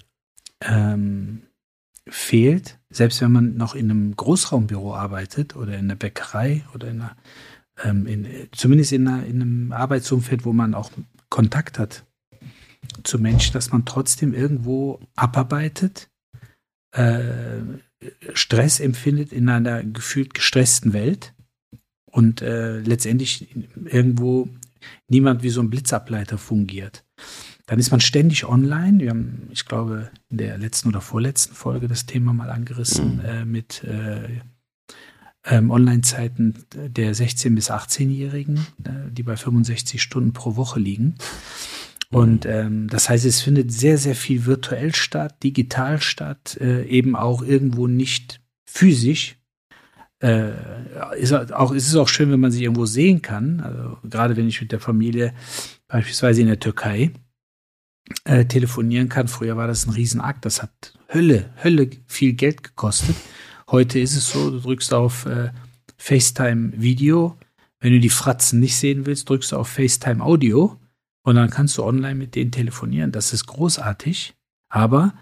ähm, fehlt, selbst wenn man noch in einem Großraumbüro arbeitet oder in einer Bäckerei oder in einer, ähm, in, zumindest in, einer, in einem Arbeitsumfeld, wo man auch Kontakt hat zu Menschen, dass man trotzdem irgendwo abarbeitet, äh, Stress empfindet in einer gefühlt gestressten Welt und äh, letztendlich irgendwo niemand wie so ein Blitzableiter fungiert. Dann ist man ständig online. Wir haben, ich glaube, in der letzten oder vorletzten Folge das Thema mal angerissen mhm. äh, mit äh, ähm, Online-Zeiten der sechzehn- bis achtzehnjährigen, äh, die bei fünfundsechzig Stunden pro Woche liegen. Mhm. Und ähm, das heißt, es findet sehr, sehr viel virtuell statt, digital statt, äh, eben auch irgendwo nicht physisch. Äh, ist auch, ist es auch schön, wenn man sich irgendwo sehen kann. Also gerade wenn ich mit der Familie beispielsweise in der Türkei äh, telefonieren kann. Früher war das ein Riesenakt. Das hat Hölle, Hölle viel Geld gekostet. Heute ist es so, du drückst auf äh, FaceTime Video. Wenn du die Fratzen nicht sehen willst, drückst du auf FaceTime Audio und dann kannst du online mit denen telefonieren. Das ist großartig, aber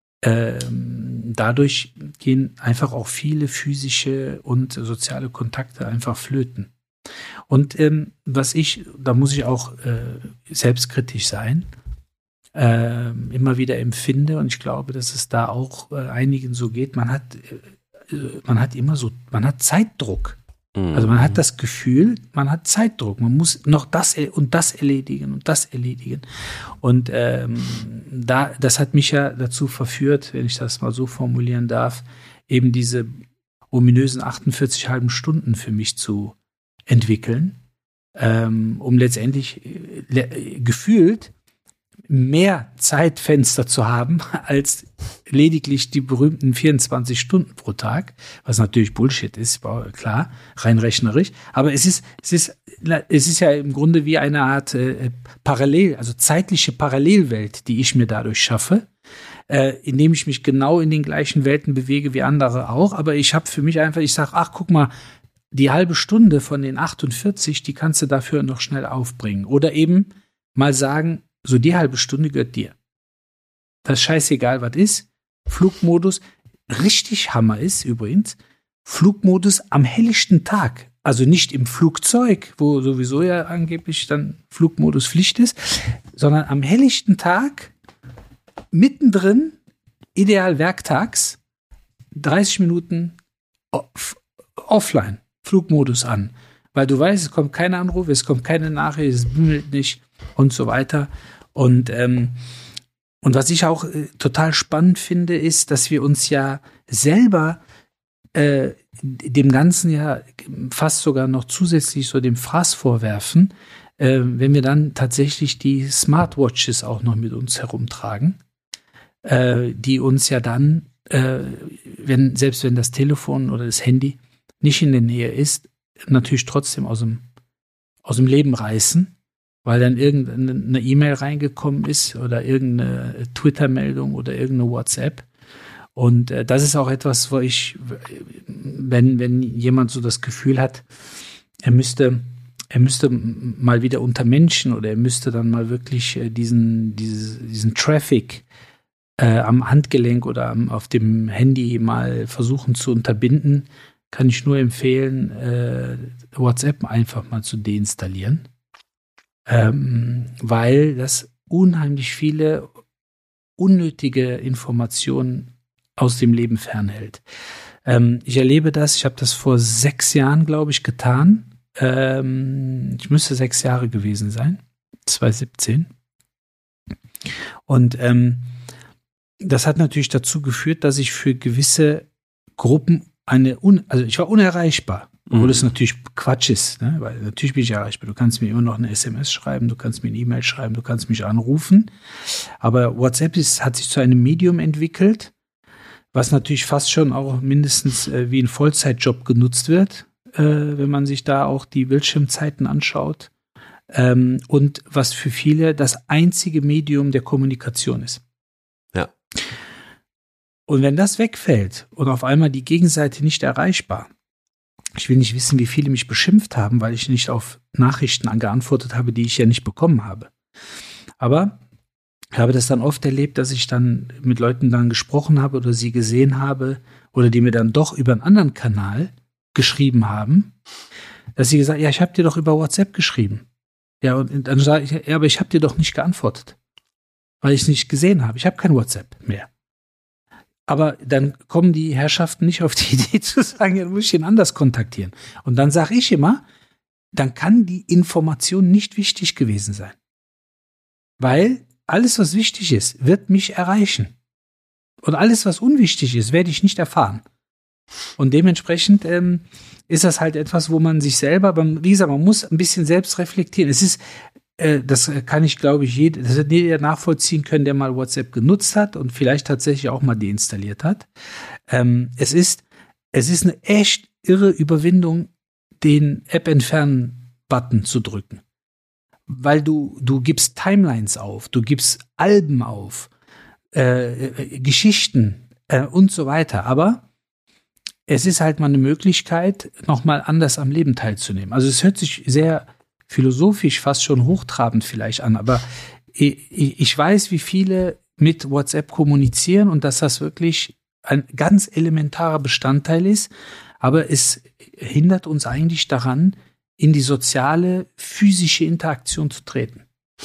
ähm, dadurch gehen einfach auch viele physische und soziale Kontakte einfach flöten. Und ähm, was ich, da muss ich auch äh, selbstkritisch sein, äh, immer wieder empfinde, und ich glaube, dass es da auch äh, einigen so geht, man hat, äh, man hat immer so, man hat Zeitdruck. Mhm. Also man hat das Gefühl, man hat Zeitdruck, man muss noch das und das erledigen und das erledigen. Und ähm, da, das hat mich ja dazu verführt, wenn ich das mal so formulieren darf, eben diese ominösen achtundvierzig halben Stunden für mich zu entwickeln, ähm, um letztendlich le- gefühlt mehr Zeitfenster zu haben als lediglich die berühmten vierundzwanzig Stunden pro Tag, was natürlich Bullshit ist, klar, rein rechnerisch. Aber es ist, es ist, es ist ja im Grunde wie eine Art äh, Parallel, also zeitliche Parallelwelt, die ich mir dadurch schaffe, äh, indem ich mich genau in den gleichen Welten bewege wie andere auch. Aber ich habe für mich einfach, ich sage, ach, guck mal, die halbe Stunde von den achtundvierzig, die kannst du dafür noch schnell aufbringen. Oder eben mal sagen, so die halbe Stunde gehört dir. Das ist scheißegal, was ist. Flugmodus, richtig Hammer ist übrigens, Flugmodus am helllichten Tag. Also nicht im Flugzeug, wo sowieso ja angeblich dann Flugmodus Pflicht ist, sondern am helllichten Tag, mittendrin, ideal werktags, dreißig Minuten off, offline, Flugmodus an. Weil du weißt, es kommt kein Anruf, es kommt keine Nachricht, es bimmelt nicht und so weiter. Und, ähm, und was ich auch äh, total spannend finde, ist, dass wir uns ja selber äh, dem Ganzen ja fast sogar noch zusätzlich so dem Fraß vorwerfen, äh, wenn wir dann tatsächlich die Smartwatches auch noch mit uns herumtragen, äh, die uns ja dann, äh, wenn, selbst wenn das Telefon oder das Handy nicht in der Nähe ist, natürlich trotzdem aus dem, aus dem Leben reißen, weil dann irgendeine E-Mail reingekommen ist oder irgendeine Twitter-Meldung oder irgendeine WhatsApp. Und äh, das ist auch etwas, wo ich, wenn, wenn jemand so das Gefühl hat, er müsste, er müsste mal wieder unter Menschen oder er müsste dann mal wirklich äh, diesen, diese, diesen Traffic äh, am Handgelenk oder am, auf dem Handy mal versuchen zu unterbinden, kann ich nur empfehlen, äh, WhatsApp einfach mal zu deinstallieren. Ähm, weil das unheimlich viele unnötige Informationen aus dem Leben fernhält. Ähm, ich erlebe das, ich habe das vor sechs Jahren, glaube ich, getan. Ähm, ich müsste sechs Jahre gewesen sein, zwanzig siebzehn. Und ähm, das hat natürlich dazu geführt, dass ich für gewisse Gruppen eine, un- also ich war unerreichbar. Obwohl es natürlich Quatsch ist, ne? Weil natürlich bin ich erreichbar. Du kannst mir immer noch eine S M S schreiben, du kannst mir eine E-Mail schreiben, du kannst mich anrufen. Aber WhatsApp ist, hat sich zu einem Medium entwickelt, was natürlich fast schon auch mindestens äh, wie ein Vollzeitjob genutzt wird, äh, wenn man sich da auch die Bildschirmzeiten anschaut. Ähm, und was für viele das einzige Medium der Kommunikation ist. Ja. Und wenn das wegfällt und auf einmal die Gegenseite nicht erreichbar, ich will nicht wissen, wie viele mich beschimpft haben, weil ich nicht auf Nachrichten geantwortet habe, die ich ja nicht bekommen habe. Aber ich habe das dann oft erlebt, dass ich dann mit Leuten dann gesprochen habe oder sie gesehen habe oder die mir dann doch über einen anderen Kanal geschrieben haben, dass sie gesagt, ja, ich habe dir doch über WhatsApp geschrieben. Ja, und dann sage ich, ja, aber ich habe dir doch nicht geantwortet, weil ich es nicht gesehen habe. Ich habe kein WhatsApp mehr. Aber dann kommen die Herrschaften nicht auf die Idee zu sagen, ja, du musst ihn anders kontaktieren. Und dann sage ich immer, dann kann die Information nicht wichtig gewesen sein. Weil alles, was wichtig ist, wird mich erreichen. Und alles, was unwichtig ist, werde ich nicht erfahren. Und dementsprechend ähm, ist das halt etwas, wo man sich selber, wie gesagt, man muss ein bisschen selbst reflektieren. Es ist Das kann ich, glaube ich, jeder, das wird jeder nachvollziehen können, der mal WhatsApp genutzt hat und vielleicht tatsächlich auch mal deinstalliert hat. Ähm, es ist, es ist eine echt irre Überwindung, den App-Entfernen-Button zu drücken. Weil du, du gibst Timelines auf, du gibst Alben auf, äh, Geschichten äh, und so weiter. Aber es ist halt mal eine Möglichkeit, nochmal anders am Leben teilzunehmen. Also es hört sich sehr philosophisch fast schon hochtrabend vielleicht an, aber ich, ich weiß, wie viele mit WhatsApp kommunizieren und dass das wirklich ein ganz elementarer Bestandteil ist, aber es hindert uns eigentlich daran, in die soziale, physische Interaktion zu treten.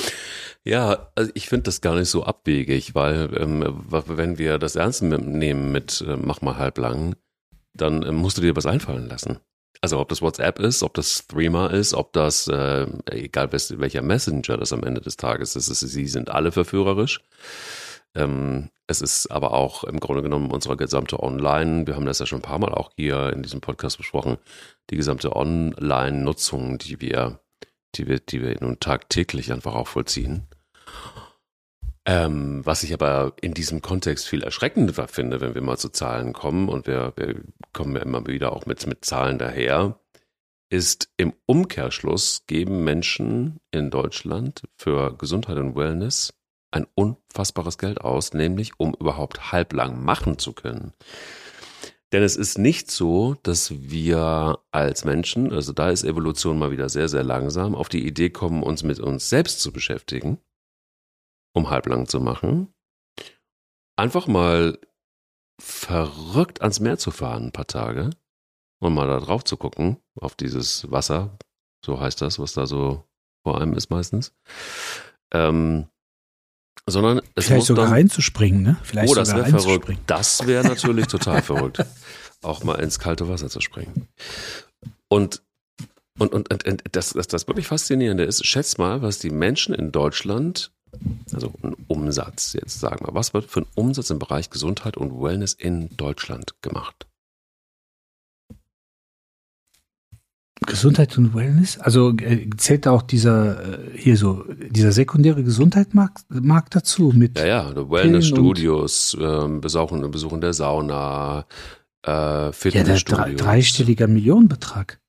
Ja, also ich finde das gar nicht so abwegig, weil ähm, wenn wir das ernst nehmen mit äh, mach mal halblang, dann äh, musst du dir was einfallen lassen. Also ob das WhatsApp ist, ob das Threema ist, ob das, äh, egal welcher Messenger das am Ende des Tages ist, ist, sie sind alle verführerisch. Ähm, es ist aber auch im Grunde genommen unsere gesamte Online, wir haben das ja schon ein paar Mal auch hier in diesem Podcast besprochen, die gesamte Online-Nutzung, die wir, die wir, die wir nun tagtäglich einfach auch vollziehen. Ähm, was ich aber in diesem Kontext viel erschreckender finde, wenn wir mal zu Zahlen kommen, und wir, wir kommen ja immer wieder auch mit, mit Zahlen daher, ist im Umkehrschluss geben Menschen in Deutschland für Gesundheit und Wellness ein unfassbares Geld aus, nämlich um überhaupt halblang machen zu können. Denn es ist nicht so, dass wir als Menschen, also da ist Evolution mal wieder sehr, sehr langsam, auf die Idee kommen, uns mit uns selbst zu beschäftigen, um halblang zu machen, einfach mal verrückt ans Meer zu fahren, ein paar Tage, und mal da drauf zu gucken, auf dieses Wasser, so heißt das, was da so vor einem ist meistens, ähm, sondern es Vielleicht muss sogar dann, reinzuspringen, ne? Vielleicht oh, das sogar wäre verrückt. reinzuspringen. Das wäre natürlich total verrückt, auch mal ins kalte Wasser zu springen. Und Und, und, und das, das, das wirklich Faszinierende ist, schätzt mal, was die Menschen in Deutschland, also ein Umsatz jetzt, sagen wir, was wird für ein Umsatz im Bereich Gesundheit und Wellness in Deutschland gemacht? Gesundheit und Wellness? Also äh, zählt da auch dieser äh, hier so dieser sekundäre Gesundheitsmarkt Markt dazu mit Ja, ja, Wellnessstudios, ähm, Besuchen, Besuchen der Sauna, äh, Fitnessstudios. Ja, der drei, dreistelliger Millionenbetrag.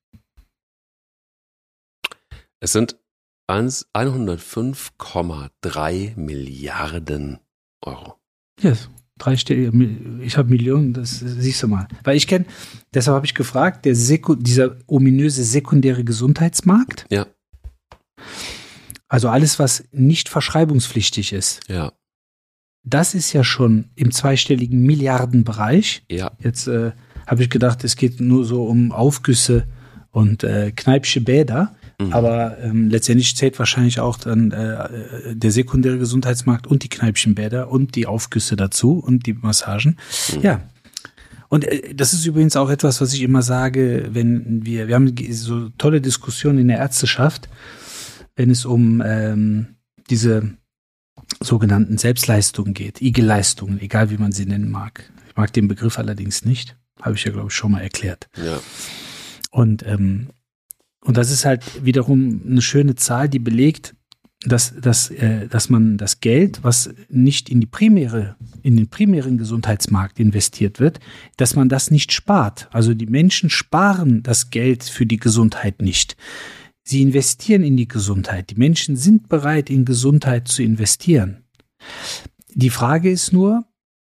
Es sind hundertfünf Komma drei Milliarden Euro. Yes. Dreistellige, ich habe Millionen, das siehst du mal. Weil ich kenne, deshalb habe ich gefragt, der Seku, dieser ominöse sekundäre Gesundheitsmarkt. Ja. Also alles, was nicht verschreibungspflichtig ist. Ja. Das ist ja schon im zweistelligen Milliardenbereich. Ja. Jetzt äh, habe ich gedacht, es geht nur so um Aufgüsse und äh, Kneipsche Bäder. Mhm. Aber ähm, letztendlich zählt wahrscheinlich auch dann äh, der sekundäre Gesundheitsmarkt und die Kneipschen Bäder und die Aufgüsse dazu und die Massagen. Mhm. Ja. Und äh, das ist übrigens auch etwas, was ich immer sage, wenn wir, wir haben so tolle Diskussionen in der Ärzteschaft, wenn es um ähm, diese sogenannten Selbstleistungen geht, I G-Leistungen, egal wie man sie nennen mag. Ich mag den Begriff allerdings nicht, habe ich ja, glaube ich, schon mal erklärt. Ja. Und ähm, Und das ist halt wiederum eine schöne Zahl, die belegt, dass, dass, äh, dass man das Geld, was nicht in die primäre, in den primären Gesundheitsmarkt investiert wird, dass man das nicht spart. Also die Menschen sparen das Geld für die Gesundheit nicht. Sie investieren in die Gesundheit. Die Menschen sind bereit, in Gesundheit zu investieren. Die Frage ist nur,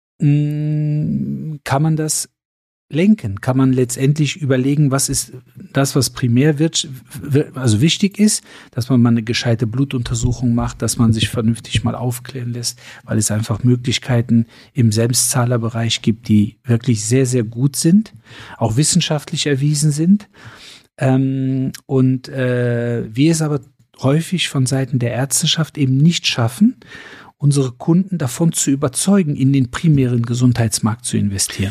mh, kann man das lenken? Kann man letztendlich überlegen, was ist das, was primär wird, also wichtig ist, dass man mal eine gescheite Blutuntersuchung macht, dass man sich vernünftig mal aufklären lässt, weil es einfach Möglichkeiten im Selbstzahlerbereich gibt, die wirklich sehr, sehr gut sind, auch wissenschaftlich erwiesen sind. Ähm, und äh, wir es aber häufig von Seiten der Ärzteschaft eben nicht schaffen, unsere Kunden davon zu überzeugen, in den primären Gesundheitsmarkt zu investieren.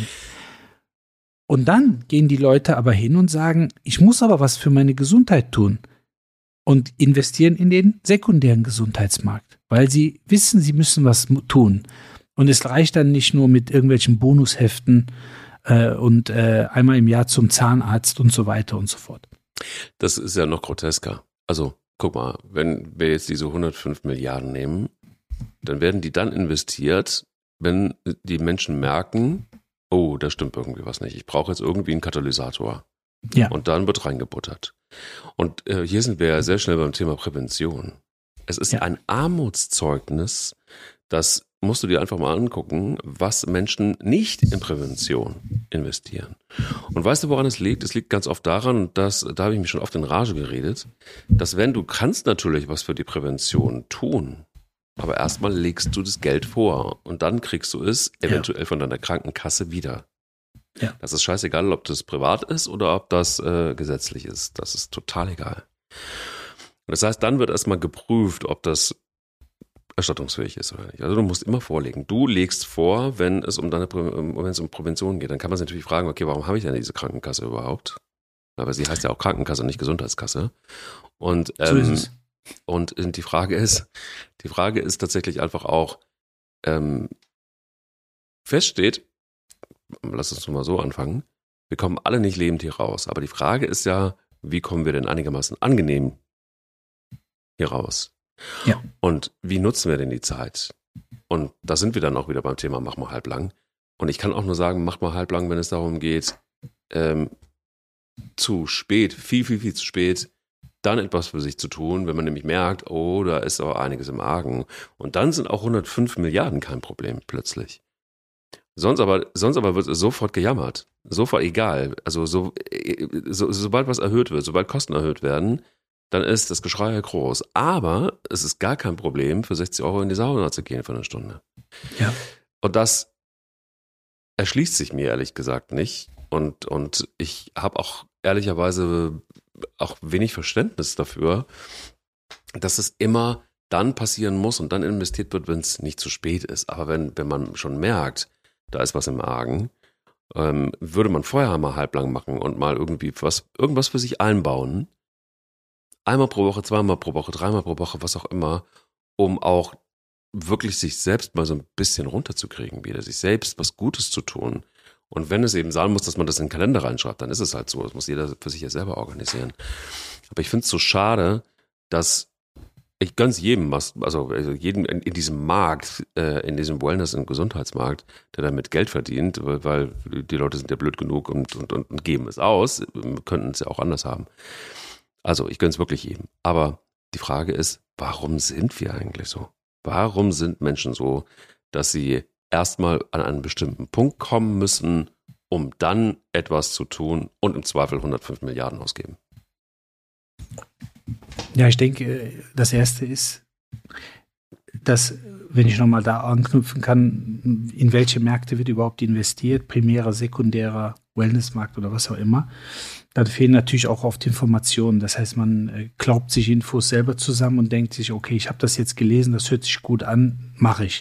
Und dann gehen die Leute aber hin und sagen, ich muss aber was für meine Gesundheit tun und investieren in den sekundären Gesundheitsmarkt, weil sie wissen, sie müssen was tun. Und es reicht dann nicht nur mit irgendwelchen Bonusheften äh, und äh, einmal im Jahr zum Zahnarzt und so weiter und so fort. Das ist ja noch grotesker. Also guck mal, wenn wir jetzt diese hundertfünf Milliarden nehmen, dann werden die dann investiert, wenn die Menschen merken, oh, da stimmt irgendwie was nicht. Ich brauche jetzt irgendwie einen Katalysator. Ja. Und dann wird reingebuttert. Und äh, hier sind wir ja sehr schnell beim Thema Prävention. Es ist Ja. ein Armutszeugnis, das musst du dir einfach mal angucken, was Menschen nicht in Prävention investieren. Und weißt du, woran es liegt? Es liegt ganz oft daran, dass, da habe ich mich schon oft in Rage geredet, dass wenn du kannst natürlich was für die Prävention tun, aber erstmal legst du das Geld vor und dann kriegst du es eventuell ja. von deiner Krankenkasse wieder. Ja. Das ist scheißegal, ob das privat ist oder ob das äh, gesetzlich ist. Das ist total egal. Und das heißt, dann wird erstmal geprüft, ob das erstattungsfähig ist oder nicht. Also du musst immer vorlegen. Du legst vor, wenn es um deine Prä- wenn es um Prävention geht. Dann kann man sich natürlich fragen, okay, warum habe ich denn diese Krankenkasse überhaupt? Aber sie heißt ja auch Krankenkasse, nicht Gesundheitskasse. Und ähm, so ist es. Und die Frage ist, die Frage ist tatsächlich einfach auch, ähm, feststeht, lass uns mal so anfangen, wir kommen alle nicht lebend hier raus. Aber die Frage ist ja, wie kommen wir denn einigermaßen angenehm hier raus? Ja. Und wie nutzen wir denn die Zeit? Und da sind wir dann auch wieder beim Thema, mach mal halblang. Und ich kann auch nur sagen, mach mal halblang, wenn es darum geht, ähm, zu spät, viel, viel, viel zu spät, dann etwas für sich zu tun, wenn man nämlich merkt, oh, da ist aber einiges im Argen. Und dann sind auch hundertfünf Milliarden kein Problem plötzlich. Sonst aber, sonst aber wird es sofort gejammert. Sofort egal. Also so, so, sobald was erhöht wird, sobald Kosten erhöht werden, dann ist das Geschrei groß. Aber es ist gar kein Problem, für sechzig Euro in die Sauna zu gehen für eine Stunde. Ja. Und das erschließt sich mir ehrlich gesagt nicht. Und, und ich habe auch ehrlicherweise auch wenig Verständnis dafür, dass es immer dann passieren muss und dann investiert wird, wenn es nicht zu spät ist. Aber wenn, wenn man schon merkt, da ist was im Argen, ähm, würde man vorher mal halblang machen und mal irgendwie was, irgendwas für sich einbauen. Einmal pro Woche, zweimal pro Woche, dreimal pro Woche, was auch immer, um auch wirklich sich selbst mal so ein bisschen runterzukriegen, wieder sich selbst was Gutes zu tun Und wenn es eben sein muss, dass man das in den Kalender reinschreibt, dann ist es halt so. Das muss jeder für sich ja selber organisieren. Aber ich finde es so schade, dass ich gönn's jedem, also jedem in, in diesem Markt, äh, in diesem Wellness- und Gesundheitsmarkt, der damit Geld verdient, weil, weil die Leute sind ja blöd genug und, und, und, und geben es aus, könnten es ja auch anders haben. Also ich gönn's wirklich jedem. Aber die Frage ist, warum sind wir eigentlich so? Warum sind Menschen so, dass sie erstmal an einen bestimmten Punkt kommen müssen, um dann etwas zu tun und im Zweifel hundertfünf Milliarden ausgeben? Ja, ich denke, das Erste ist, dass, wenn ich nochmal da anknüpfen kann, in welche Märkte wird überhaupt investiert, primärer, sekundärer, Wellnessmarkt oder was auch immer, dann fehlen natürlich auch oft Informationen. Das heißt, man äh, glaubt sich Infos selber zusammen und denkt sich, okay, ich habe das jetzt gelesen, das hört sich gut an, mache ich.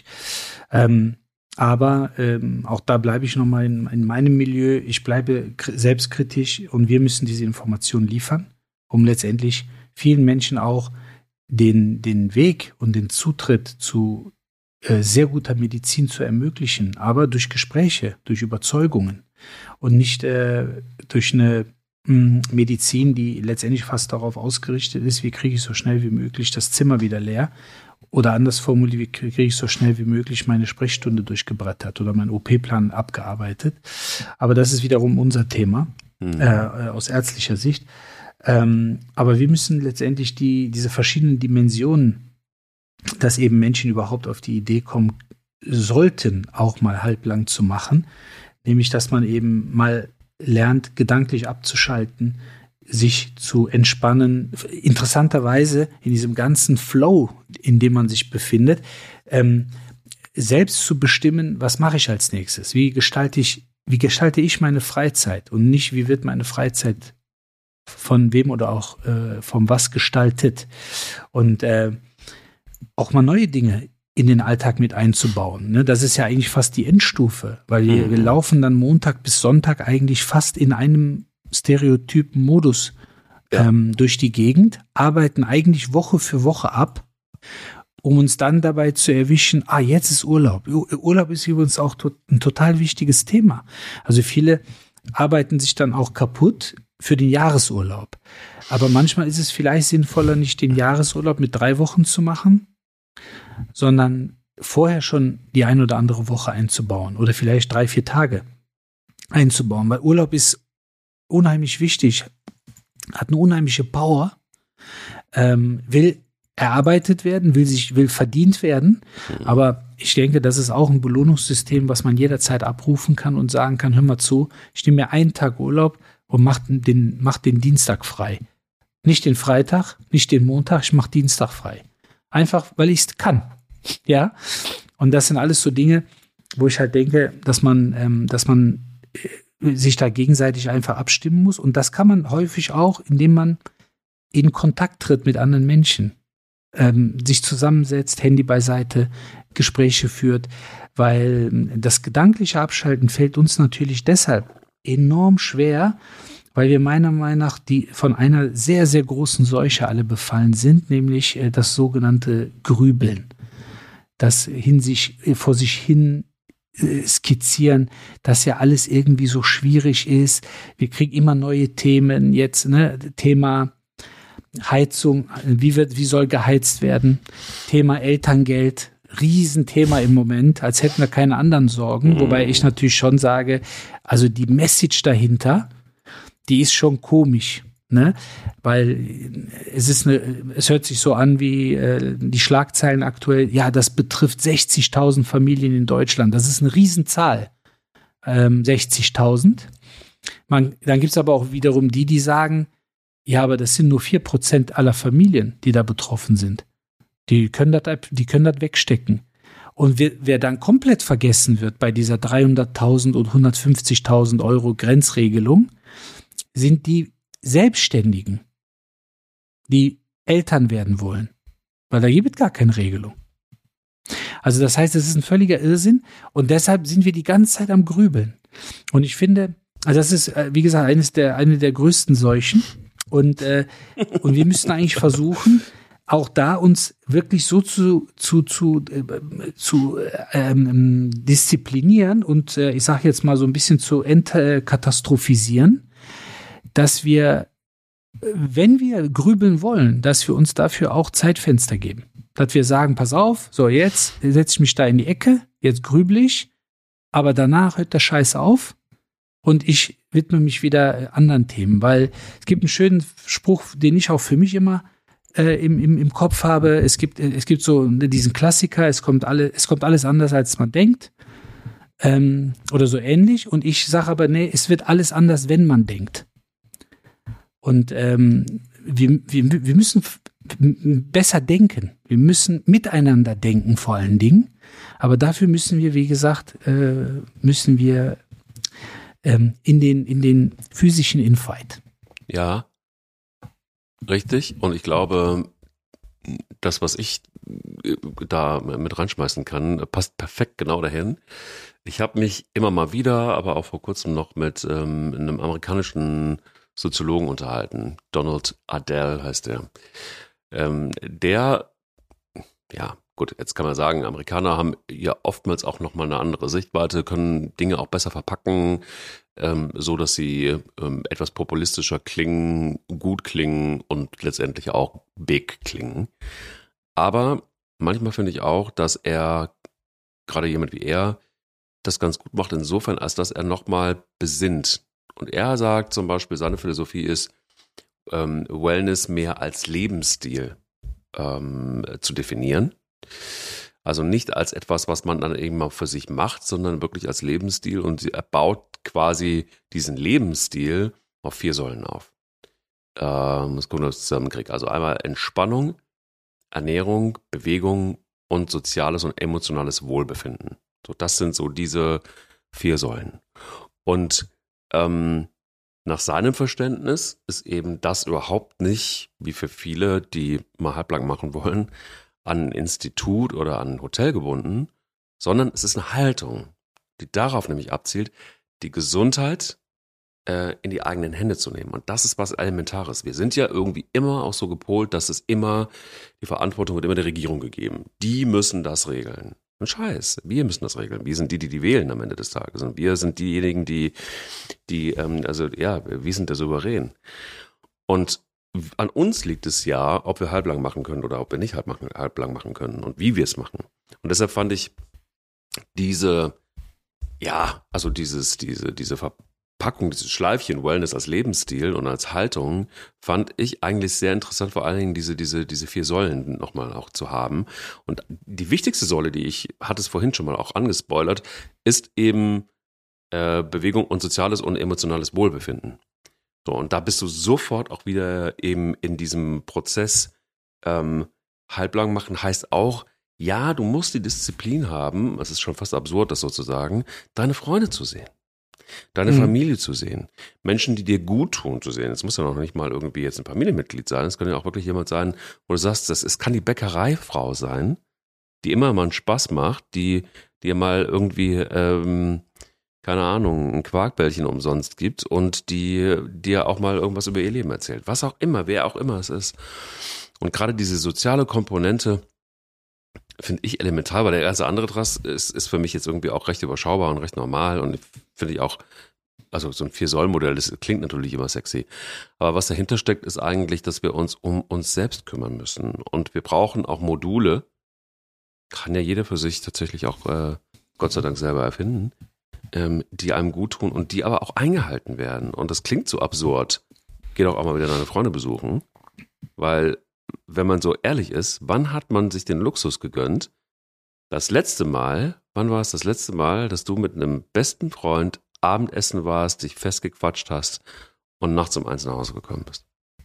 Ähm, aber ähm, auch da bleibe ich nochmal in, in meinem Milieu. Ich bleibe k- selbstkritisch und wir müssen diese Informationen liefern, um letztendlich vielen Menschen auch den, den Weg und den Zutritt zu äh, sehr guter Medizin zu ermöglichen, aber durch Gespräche, durch Überzeugungen und nicht äh, durch eine mh, Medizin, die letztendlich fast darauf ausgerichtet ist, wie kriege ich so schnell wie möglich das Zimmer wieder leer oder anders formuliert, wie kriege ich so schnell wie möglich meine Sprechstunde durchgebrettert oder meinen O P-Plan abgearbeitet. Aber das ist wiederum unser Thema mhm. äh, aus ärztlicher Sicht. Ähm, aber wir müssen letztendlich die, diese verschiedenen Dimensionen, dass eben Menschen überhaupt auf die Idee kommen sollten, auch mal halblang zu machen, nämlich, dass man eben mal lernt, gedanklich abzuschalten, sich zu entspannen, interessanterweise in diesem ganzen Flow, in dem man sich befindet, ähm, selbst zu bestimmen, was mache ich als nächstes, wie gestalte ich, wie gestalte ich meine Freizeit und nicht, wie wird meine Freizeit von wem oder auch äh, vom was gestaltet und äh, auch mal neue Dinge in den Alltag mit einzubauen. Ne? Das ist ja eigentlich fast die Endstufe, weil wir, mhm. wir laufen dann Montag bis Sonntag eigentlich fast in einem stereotypen Modus ja. ähm, durch die Gegend, arbeiten eigentlich Woche für Woche ab, um uns dann dabei zu erwischen, ah, jetzt ist Urlaub. Urlaub ist übrigens auch to- ein total wichtiges Thema. Also viele arbeiten sich dann auch kaputt für den Jahresurlaub. Aber manchmal ist es vielleicht sinnvoller, nicht den Jahresurlaub mit drei Wochen zu machen, sondern vorher schon die ein oder andere Woche einzubauen oder vielleicht drei, vier Tage einzubauen. Weil Urlaub ist unheimlich wichtig, hat eine unheimliche Power, ähm, will erarbeitet werden, will sich, will verdient werden. Aber ich denke, das ist auch ein Belohnungssystem, was man jederzeit abrufen kann und sagen kann, hör mal zu, ich nehme mir einen Tag Urlaub und mach den, mach den Dienstag frei. Nicht den Freitag, nicht den Montag, ich mach Dienstag frei. Einfach, weil ich es kann. Ja. Und das sind alles so Dinge, wo ich halt denke, dass man, ähm, dass man äh, sich da gegenseitig einfach abstimmen muss. Und das kann man häufig auch, indem man in Kontakt tritt mit anderen Menschen. Ähm, sich zusammensetzt, Handy beiseite, Gespräche führt, weil das gedankliche Abschalten fällt uns natürlich deshalb enorm schwer, weil wir meiner Meinung nach die von einer sehr, sehr großen Seuche alle befallen sind, nämlich äh, das sogenannte Grübeln. Das hin sich, äh, vor sich hin äh, skizzieren, dass ja alles irgendwie so schwierig ist. Wir kriegen immer neue Themen, jetzt ne, Thema Heizung, wie wird, wie soll geheizt werden? Thema Elterngeld, Riesenthema im Moment, als hätten wir keine anderen Sorgen. Mhm. Wobei ich natürlich schon sage, also die Message dahinter, die ist schon komisch, ne? Weil es ist eine, es hört sich so an wie äh, die Schlagzeilen aktuell. Ja, das betrifft sechzigtausend Familien in Deutschland. Das ist eine Riesenzahl, ähm, sechzigtausend. Man, dann gibt's aber auch wiederum die, die sagen, ja, aber das sind nur vier Prozent aller Familien, die da betroffen sind. Die können das, die können das wegstecken. Und wer, wer dann komplett vergessen wird bei dieser dreihunderttausend und hundertfünfzigtausend Euro Grenzregelung, sind die Selbstständigen, die Eltern werden wollen. Weil da gibt es gar keine Regelung. Also das heißt, es ist ein völliger Irrsinn und deshalb sind wir die ganze Zeit am Grübeln. Und ich finde, also das ist, wie gesagt, eines der, eine der größten Seuchen. Und, äh, und wir müssen eigentlich versuchen, auch da uns wirklich so zu zu zu äh, zu ähm, disziplinieren und äh, ich sage jetzt mal so ein bisschen zu entkatastrophisieren, dass wir, wenn wir grübeln wollen, dass wir uns dafür auch Zeitfenster geben. Dass wir sagen, pass auf, so jetzt setze ich mich da in die Ecke, jetzt grübel ich, aber danach hört der Scheiß auf und ich widme mich wieder anderen Themen, weil es gibt einen schönen Spruch, den ich auch für mich immer äh, im, im, im Kopf habe. Es gibt, es gibt so diesen Klassiker, es kommt, alle, es kommt alles anders, als man denkt. Ähm, oder so ähnlich. Und ich sage aber, nee, es wird alles anders, wenn man denkt. Und ähm, wir, wir, wir müssen f- besser denken. Wir müssen miteinander denken vor allen Dingen. Aber dafür müssen wir, wie gesagt, äh, müssen wir ähm, in den, in den physischen Infight. Ja, richtig. Und ich glaube, das, was ich da mit reinschmeißen kann, passt perfekt genau dahin. Ich habe mich immer mal wieder, aber auch vor kurzem noch mit ähm, einem amerikanischen Soziologen unterhalten. Donald Adele heißt der. Ähm, der, ja, gut, jetzt kann man sagen, Amerikaner haben ja oftmals auch nochmal eine andere Sichtweite, können Dinge auch besser verpacken, ähm, so dass sie ähm, etwas populistischer klingen, gut klingen und letztendlich auch big klingen. Aber manchmal finde ich auch, dass er, gerade jemand wie er, das ganz gut macht insofern, als dass er nochmal besinnt. Und er sagt zum Beispiel, seine Philosophie ist, ähm, Wellness mehr als Lebensstil ähm, zu definieren. Also nicht als etwas, was man dann eben mal für sich macht, sondern wirklich als Lebensstil. Und er baut quasi diesen Lebensstil auf vier Säulen auf. Ähm, das gucken wir uns zusammenkriegen. Also einmal Entspannung, Ernährung, Bewegung und soziales und emotionales Wohlbefinden. So, das sind so diese vier Säulen. Und ähm, nach seinem Verständnis ist eben das überhaupt nicht, wie für viele, die mal halblang machen wollen, an ein Institut oder an ein Hotel gebunden, sondern es ist eine Haltung, die darauf nämlich abzielt, die Gesundheit äh, in die eigenen Hände zu nehmen. Und das ist was Elementares. Wir sind ja irgendwie immer auch so gepolt, dass es immer, die Verantwortung wird immer der Regierung gegeben. Die müssen das regeln. Ein Scheiß. Wir müssen das regeln. Wir sind die, die die wählen am Ende des Tages. Und wir sind diejenigen, die, die, ähm, also ja, wir sind der Souverän. Und an uns liegt es ja, ob wir halblang machen können oder ob wir nicht halb machen, halblang machen können und wie wir es machen. Und deshalb fand ich diese, ja, also dieses, diese, diese Verpackung, dieses Schleifchen Wellness als Lebensstil und als Haltung fand ich eigentlich sehr interessant, vor allen Dingen diese, diese, diese vier Säulen nochmal auch zu haben. Und die wichtigste Säule, die ich, hatte es vorhin schon mal auch angespoilert, ist eben äh, Bewegung und soziales und emotionales Wohlbefinden. So, und da bist du sofort auch wieder eben in diesem Prozess. Ähm, halblang machen heißt auch, ja, du musst die Disziplin haben, es ist schon fast absurd, das sozusagen, deine Freunde zu sehen, deine mhm. Familie zu sehen, Menschen, die dir gut tun, zu sehen. Es muss ja noch nicht mal irgendwie jetzt ein Familienmitglied sein, es kann ja auch wirklich jemand sein, wo du sagst, das, es kann die Bäckereifrau sein, die immer mal einen Spaß macht, die dir mal irgendwie ähm, keine Ahnung, ein Quarkbällchen umsonst gibt und die dir auch mal irgendwas über ihr Leben erzählt. Was auch immer, wer auch immer es ist. Und gerade diese soziale Komponente finde ich elementar, weil der ganze andere Drast ist, ist für mich jetzt irgendwie auch recht überschaubar und recht normal und finde ich auch, also so ein Vier-Säulen-Modell, das klingt natürlich immer sexy. Aber was dahinter steckt, ist eigentlich, dass wir uns um uns selbst kümmern müssen. Und wir brauchen auch Module, kann ja jeder für sich tatsächlich auch äh, Gott sei Dank selber erfinden, Ähm, die einem gut tun und die aber auch eingehalten werden. Und das klingt so absurd. Geh doch auch mal wieder deine Freunde besuchen. Weil, wenn man so ehrlich ist, wann hat man sich den Luxus gegönnt? Das letzte Mal, wann war es das letzte Mal, dass du mit einem besten Freund Abendessen warst, dich festgequatscht hast und nachts um eins nach Hause gekommen bist?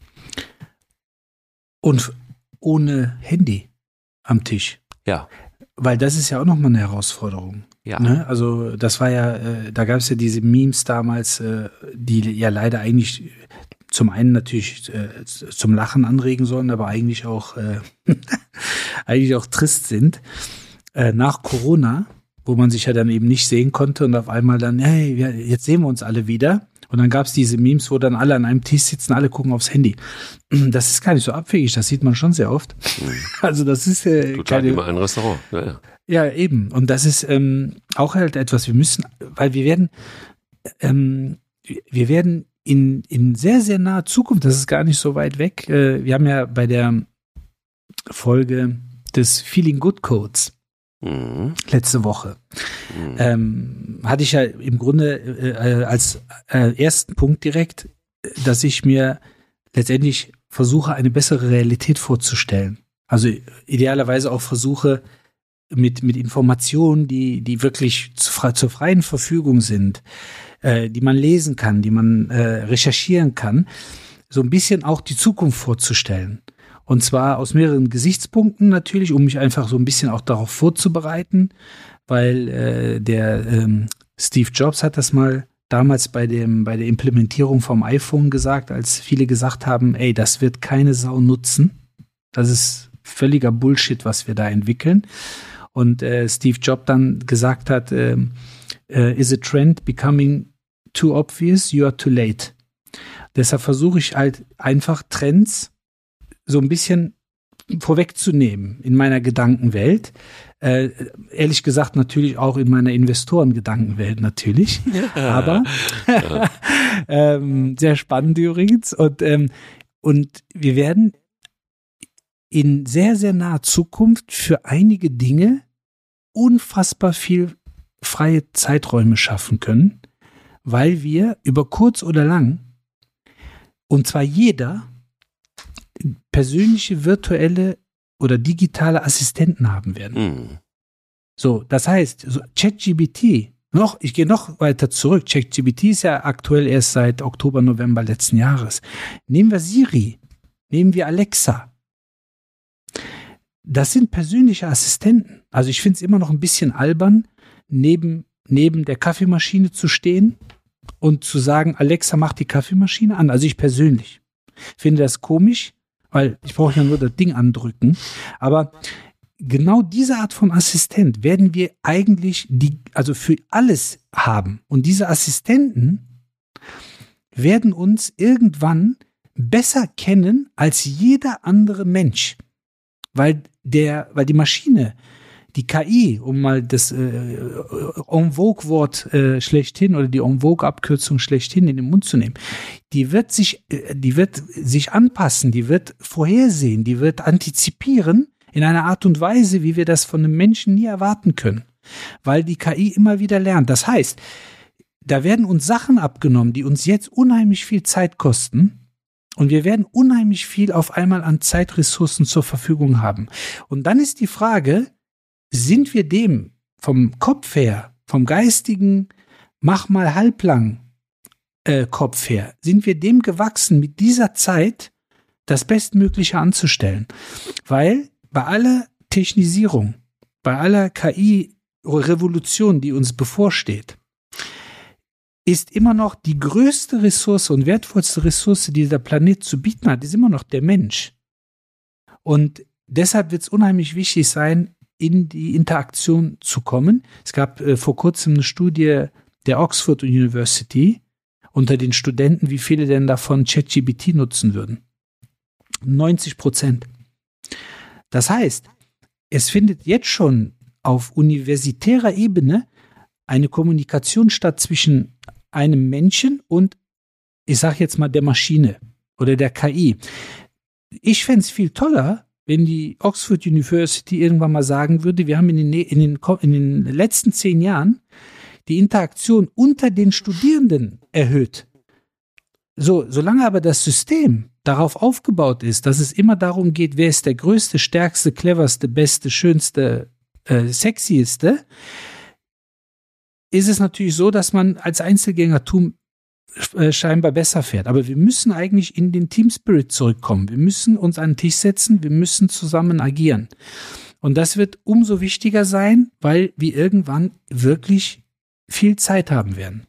Und ohne Handy am Tisch. Ja. Weil das ist ja auch nochmal eine Herausforderung. Ja. Ne? Also das war ja, äh, da gab es ja diese Memes damals, äh, die ja leider eigentlich zum einen natürlich äh, zum Lachen anregen sollen, aber eigentlich auch äh, eigentlich auch trist sind. Äh, nach Corona, wo man sich ja dann eben nicht sehen konnte und auf einmal dann, hey, jetzt sehen wir uns alle wieder. Und dann gab es diese Memes, wo dann alle an einem Tisch sitzen, alle gucken aufs Handy. Das ist gar nicht so abwegig, das sieht man schon sehr oft. Mhm. Also das ist äh, total keine, immer ein Restaurant. Ja, ja. ja, eben. Und das ist ähm, auch halt etwas, wir müssen, weil wir werden, ähm, wir werden in, in sehr, sehr naher Zukunft, das ist gar nicht so weit weg, äh, wir haben ja bei der Folge des Feeling Good Codes mhm. letzte Woche, mhm. ähm, hatte ich ja im Grunde äh, als äh, ersten Punkt direkt, dass ich mir letztendlich versuche, eine bessere Realität vorzustellen. Also idealerweise auch versuche, mit, mit Informationen, die, die wirklich zu, zur freien Verfügung sind, äh, die man lesen kann, die man äh, recherchieren kann, so ein bisschen auch die Zukunft vorzustellen. Und zwar aus mehreren Gesichtspunkten natürlich, um mich einfach so ein bisschen auch darauf vorzubereiten, weil äh, der ähm, Steve Jobs hat das mal damals bei dem bei der Implementierung vom iPhone gesagt, als viele gesagt haben, ey, das wird keine Sau nutzen. Das ist völliger Bullshit, was wir da entwickeln. Und äh, Steve Jobs dann gesagt hat, äh, äh, is a trend becoming too obvious, you are too late. Deshalb versuche ich halt einfach Trends so ein bisschen vorwegzunehmen in meiner Gedankenwelt. Äh, ehrlich gesagt natürlich auch in meiner Investoren-Gedankenwelt natürlich. Ja. Aber ja. ähm, sehr spannend übrigens. Und, ähm, und wir werden in sehr, sehr naher Zukunft für einige Dinge unfassbar viel freie Zeiträume schaffen können, weil wir über kurz oder lang, und zwar jeder, persönliche virtuelle oder digitale Assistenten haben werden. Mhm. So, das heißt, so ChatGPT, noch, ich gehe noch weiter zurück, ChatGPT ist ja aktuell erst seit Oktober, November letzten Jahres. Nehmen wir Siri, nehmen wir Alexa. Das sind persönliche Assistenten. Also ich finde es immer noch ein bisschen albern, neben, neben der Kaffeemaschine zu stehen und zu sagen, Alexa, mach die Kaffeemaschine an. Also ich persönlich finde das komisch, weil ich brauche ja nur das Ding andrücken. Aber genau diese Art von Assistent werden wir eigentlich die, also für alles haben. Und diese Assistenten werden uns irgendwann besser kennen als jeder andere Mensch. Weil der, weil die Maschine, die K I, um mal das äh, en vogue-Wort äh, schlechthin oder die en vogue-Abkürzung schlechthin in den Mund zu nehmen, die wird sich, äh, die wird sich anpassen, die wird vorhersehen, die wird antizipieren in einer Art und Weise, wie wir das von einem Menschen nie erwarten können, weil die K I immer wieder lernt. Das heißt, da werden uns Sachen abgenommen, die uns jetzt unheimlich viel Zeit kosten. Und wir werden unheimlich viel auf einmal an Zeitressourcen zur Verfügung haben. Und dann ist die Frage, sind wir dem vom Kopf her, vom geistigen, mach mal halblang äh, Kopf her, sind wir dem gewachsen, mit dieser Zeit das Bestmögliche anzustellen? Weil bei aller Technisierung, bei aller K I-Revolution, die uns bevorsteht, ist immer noch die größte Ressource und wertvollste Ressource, die der Planet zu bieten hat, ist immer noch der Mensch. Und deshalb wird es unheimlich wichtig sein, in die Interaktion zu kommen. Es gab äh, vor kurzem eine Studie der Oxford University unter den Studenten, wie viele denn davon ChatGPT nutzen würden. neunzig Prozent. Das heißt, es findet jetzt schon auf universitärer Ebene eine Kommunikation statt zwischen einem Menschen und, ich sage jetzt mal, der Maschine oder der K I. Ich fände es viel toller, wenn die Oxford University irgendwann mal sagen würde, wir haben in den, in den, in den letzten zehn Jahren die Interaktion unter den Studierenden erhöht. So, solange aber das System darauf aufgebaut ist, dass es immer darum geht, wer ist der größte, stärkste, cleverste, beste, schönste, äh, sexieste, ist es natürlich so, dass man als Einzelgängertum äh, scheinbar besser fährt. Aber wir müssen eigentlich in den Team Spirit zurückkommen. Wir müssen uns an den Tisch setzen, wir müssen zusammen agieren. Und das wird umso wichtiger sein, weil wir irgendwann wirklich viel Zeit haben werden.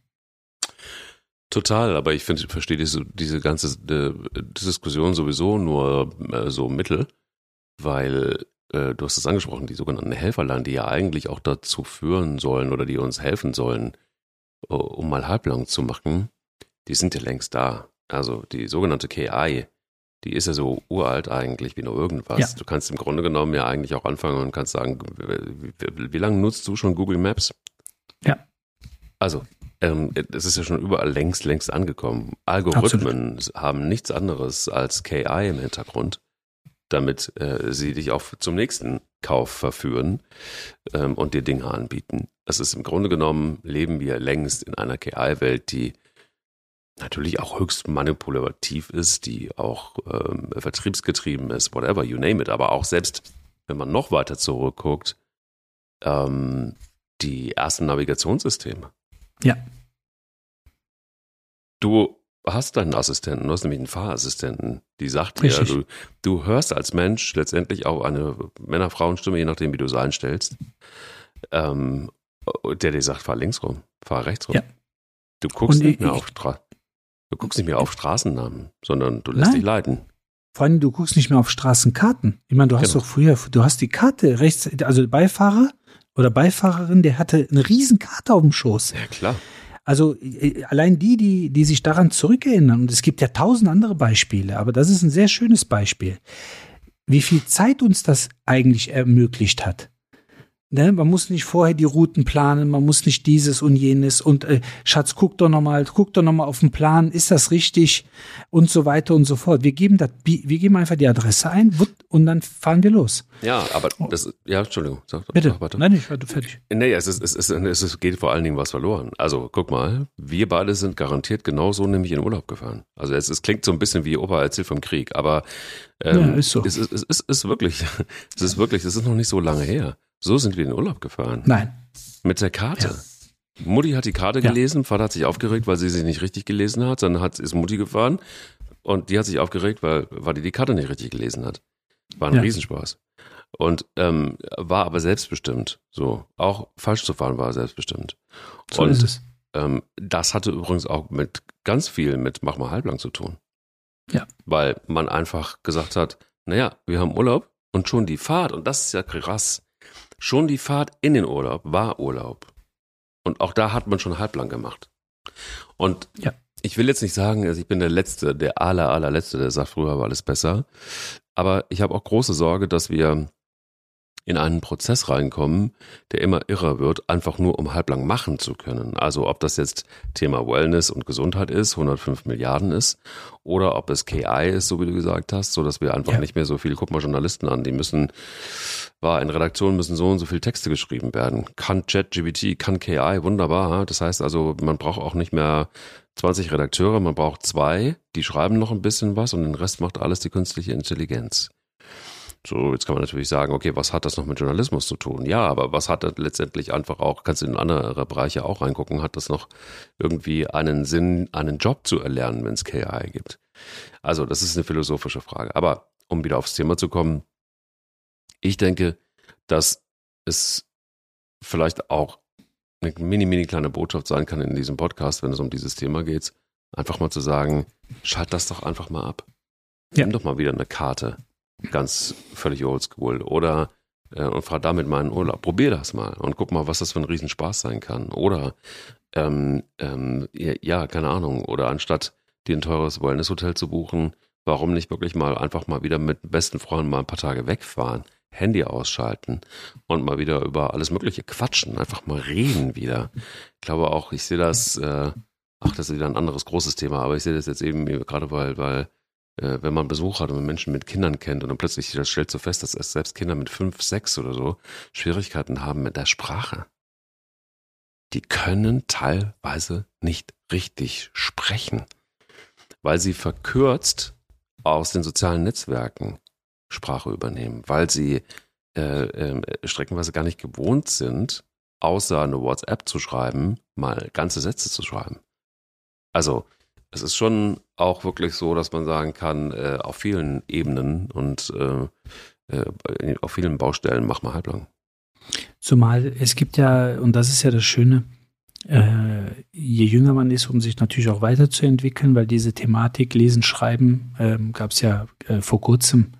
Total, aber ich finde, ich verstehe diese, diese ganze äh, Diskussion sowieso nur äh, so mittel, weil äh, du hast es angesprochen, die sogenannten Helferlein, die ja eigentlich auch dazu führen sollen oder die uns helfen sollen, uh, um mal halblang zu machen, die sind ja längst da. Also die sogenannte K I, die ist ja so uralt eigentlich wie nur irgendwas. Ja. Du kannst im Grunde genommen ja eigentlich auch anfangen und kannst sagen, wie, wie, wie lange nutzt du schon Google Maps? Ja. Also, ähm, es ist ja schon überall längst, längst angekommen. Algorithmen Absolut. haben nichts anderes als K I im Hintergrund, damit äh, sie dich auch zum nächsten Kauf verführen ähm, und dir Dinge anbieten. Das ist im Grunde genommen, leben wir längst in einer K I-Welt, die natürlich auch höchst manipulativ ist, die auch ähm, vertriebsgetrieben ist, whatever, you name it. Aber auch selbst, wenn man noch weiter zurückguckt, ähm, die ersten Navigationssysteme. Ja. Du hast deinen Assistenten, du hast nämlich einen Fahrassistenten, die sagt dir, du, du hörst als Mensch letztendlich auch eine Männer-Frauen-Stimme, je nachdem, wie du es einstellst, ähm, der dir sagt, fahr links rum, fahr rechts rum. Ja. Du guckst Und nicht ich, mehr auf Stra- du guckst nicht mehr auf Straßennamen, sondern du lässt Nein. dich leiten. Vor allem, du guckst nicht mehr auf Straßenkarten. Ich meine, du hast Genau. doch früher, du hast die Karte rechts, also Beifahrer oder Beifahrerin, der hatte eine riesen Karte auf dem Schoß. Ja, klar. Also äh, allein die, die, die sich daran zurückerinnern, und es gibt ja tausend andere Beispiele, aber das ist ein sehr schönes Beispiel, wie viel Zeit uns das eigentlich ermöglicht hat. Ne? Man muss nicht vorher die Routen planen, man muss nicht dieses und jenes und äh, Schatz, guck doch nochmal, guck doch nochmal auf den Plan, ist das richtig und so weiter und so fort. Wir geben das, wir geben einfach die Adresse ein und dann fahren wir los. Ja, aber das, ja, Entschuldigung, sag, Bitte. sag weiter. Nein, ich warte fertig. Nee, es, ist, es, ist, es geht vor allen Dingen was verloren. Also guck mal, wir beide sind garantiert genauso nämlich in Urlaub gefahren. Also es, es klingt so ein bisschen wie Opa erzählt vom Krieg, aber ähm, Ja, ist so. es, ist, es ist, ist wirklich, es ist wirklich, es ist noch nicht so lange her. So sind wir in den Urlaub gefahren. Nein. Mit der Karte. Ja. Mutti hat die Karte Ja. gelesen, Vater hat sich aufgeregt, weil sie sie nicht richtig gelesen hat. Dann hat, ist Mutti gefahren und die hat sich aufgeregt, weil, weil die die Karte nicht richtig gelesen hat. War ein Ja. Riesenspaß. Und ähm, war aber selbstbestimmt. So, auch falsch zu fahren war selbstbestimmt. So und ist es. Ähm, das hatte übrigens auch mit ganz viel mit Mach mal halblang zu tun. Ja. Weil man einfach gesagt hat, naja, wir haben Urlaub und schon die Fahrt, und das ist ja krass, schon die Fahrt in den Urlaub war Urlaub. Und auch da hat man schon halblang gemacht. Und Ja. ich will jetzt nicht sagen, also ich bin der Letzte, der aller, allerletzte, der sagt, früher war alles besser. Aber ich habe auch große Sorge, dass wir in einen Prozess reinkommen, der immer irrer wird, einfach nur um halblang machen zu können. Also ob das jetzt Thema Wellness und Gesundheit ist, hundertfünf Milliarden ist, oder ob es K I ist, so wie du gesagt hast, so dass wir einfach Ja. nicht mehr so viel, guck mal Journalisten an, die müssen, war in Redaktionen müssen so und so viele Texte geschrieben werden. Kann ChatGPT, kann K I, wunderbar. Das heißt also, man braucht auch nicht mehr zwanzig Redakteure, man braucht zwei, die schreiben noch ein bisschen was und den Rest macht alles die künstliche Intelligenz. So, jetzt kann man natürlich sagen, okay, was hat das noch mit Journalismus zu tun? Ja, aber was hat das letztendlich einfach auch, kannst du in andere Bereiche auch reingucken, hat das noch irgendwie einen Sinn, einen Job zu erlernen, wenn es K I gibt? Also, das ist eine philosophische Frage. Aber um wieder aufs Thema zu kommen, ich denke, dass es vielleicht auch eine mini, mini kleine Botschaft sein kann in diesem Podcast, wenn es um dieses Thema geht, einfach mal zu sagen, schalt das doch einfach mal ab. Ja. Nimm doch mal wieder eine Karte. Ganz völlig oldschool. Oder äh, und fahr damit mal in Urlaub. Probier das mal und guck mal, was das für ein Riesenspaß sein kann. Oder ähm, ähm, ja, ja, keine Ahnung. Oder anstatt dir ein teures Wellness-Hotel zu buchen, warum nicht wirklich mal einfach mal wieder mit besten Freunden mal ein paar Tage wegfahren, Handy ausschalten und mal wieder über alles Mögliche quatschen, einfach mal reden wieder. Ich glaube auch, ich sehe das, äh, ach, das ist wieder ein anderes großes Thema, aber ich sehe das jetzt eben gerade, weil, weil äh, wenn man Besuch hat und man Menschen mit Kindern kennt und dann plötzlich das stellt so fest, dass es selbst Kinder mit fünf, sechs oder so Schwierigkeiten haben mit der Sprache. Die können teilweise nicht richtig sprechen, weil sie verkürzt aus den sozialen Netzwerken Sprache übernehmen, weil sie äh, äh, streckenweise gar nicht gewohnt sind, außer eine WhatsApp zu schreiben, mal ganze Sätze zu schreiben. Also es ist schon auch wirklich so, dass man sagen kann, äh, auf vielen Ebenen und äh, äh, auf vielen Baustellen mach mal halblang. Zumal es gibt ja, und das ist ja das Schöne, äh, je jünger man ist, um sich natürlich auch weiterzuentwickeln, weil diese Thematik Lesen, Schreiben ähm, gab es ja äh, vor kurzem,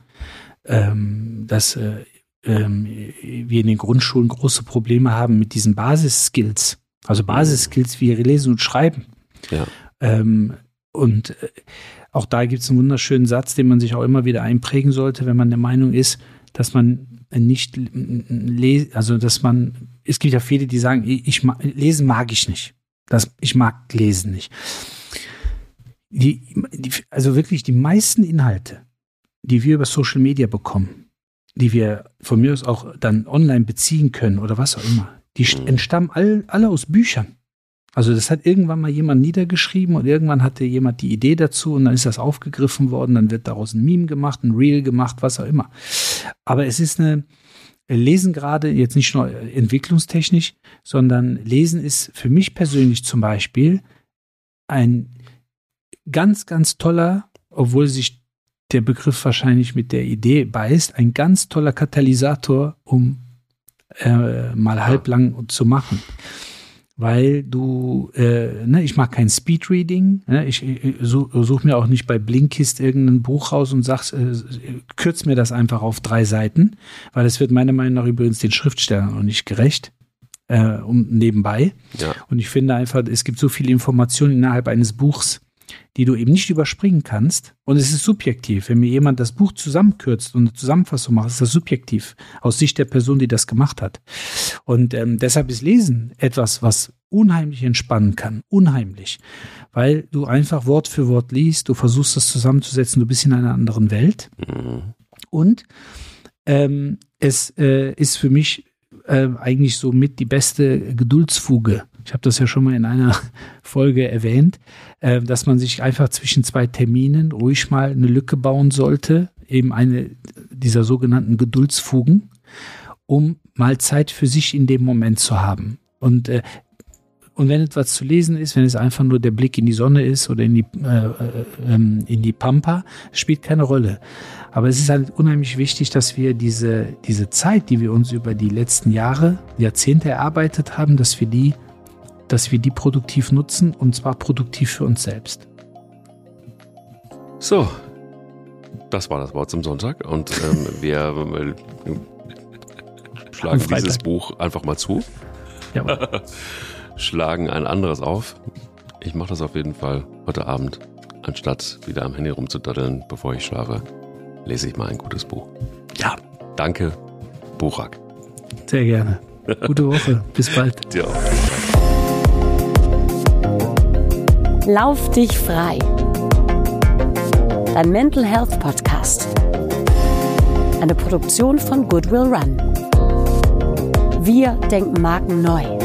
ähm, dass äh, ähm, wir in den Grundschulen große Probleme haben mit diesen Basisskills, also Basisskills wie Lesen und Schreiben. Ja. Ähm, und äh, auch da gibt es einen wunderschönen Satz, den man sich auch immer wieder einprägen sollte, wenn man der Meinung ist, dass man nicht lesen, also dass man, es gibt ja viele, die sagen, ich, ich lesen mag ich nicht. Das, ich mag lesen nicht. Die, die, also wirklich die meisten Inhalte, die wir über Social Media bekommen, die wir von mir aus auch dann online beziehen können oder was auch immer, die entstammen all, alle aus Büchern. Also das hat irgendwann mal jemand niedergeschrieben und irgendwann hatte jemand die Idee dazu und dann ist das aufgegriffen worden, dann wird daraus ein Meme gemacht, ein Reel gemacht, was auch immer. Aber es ist eine, Lesen gerade, jetzt nicht nur entwicklungstechnisch, sondern Lesen ist für mich persönlich zum Beispiel ein ganz, ganz toller, obwohl sich der Begriff wahrscheinlich mit der Idee beißt, ein ganz toller Katalysator, um äh, mal halblang zu machen. Weil du, äh, ne, ich mag kein Speedreading, ne, ich, ich suche such mir auch nicht bei Blinkist irgendein Buch raus und sag, äh, kürz mir das einfach auf drei Seiten, weil das wird meiner Meinung nach übrigens den Schriftstellern noch nicht gerecht, äh, um nebenbei. Ja. Und ich finde einfach, es gibt so viele Informationen innerhalb eines Buchs, die du eben nicht überspringen kannst. Und es ist subjektiv. Wenn mir jemand das Buch zusammenkürzt und eine Zusammenfassung macht, ist das subjektiv aus Sicht der Person, die das gemacht hat. Und ähm, deshalb ist Lesen etwas, was unheimlich entspannen kann. Unheimlich. Weil du einfach Wort für Wort liest, du versuchst das zusammenzusetzen, du bist in einer anderen Welt. Mhm. Und ähm, es äh, ist für mich äh, eigentlich so mit die beste Geduldsfuge. Ich habe das ja schon mal in einer Folge erwähnt, äh, dass man sich einfach zwischen zwei Terminen ruhig mal eine Lücke bauen sollte, eben eine dieser sogenannten Geduldsfugen, um mal Zeit für sich in dem Moment zu haben. Und, äh, und wenn etwas zu lesen ist, wenn es einfach nur der Blick in die Sonne ist oder in die, äh, äh, in die Pampa, spielt keine Rolle. Aber es ist halt unheimlich wichtig, dass wir diese, diese Zeit, die wir uns über die letzten Jahre, Jahrzehnte erarbeitet haben, dass wir die dass wir die produktiv nutzen und zwar produktiv für uns selbst. So, das war das Wort zum Sonntag und ähm, wir äh, schlagen dieses Buch einfach mal zu, ja. Schlagen ein anderes auf. Ich mache das auf jeden Fall heute Abend, anstatt wieder am Handy rumzudaddeln, bevor ich schlafe, lese ich mal ein gutes Buch. Ja. Danke, Burak. Sehr gerne. Gute Woche. Bis bald. Dir auch. Lauf dich frei. Dein Mental Health Podcast. Eine Produktion von Goodwill Run. Wir denken Marken neu.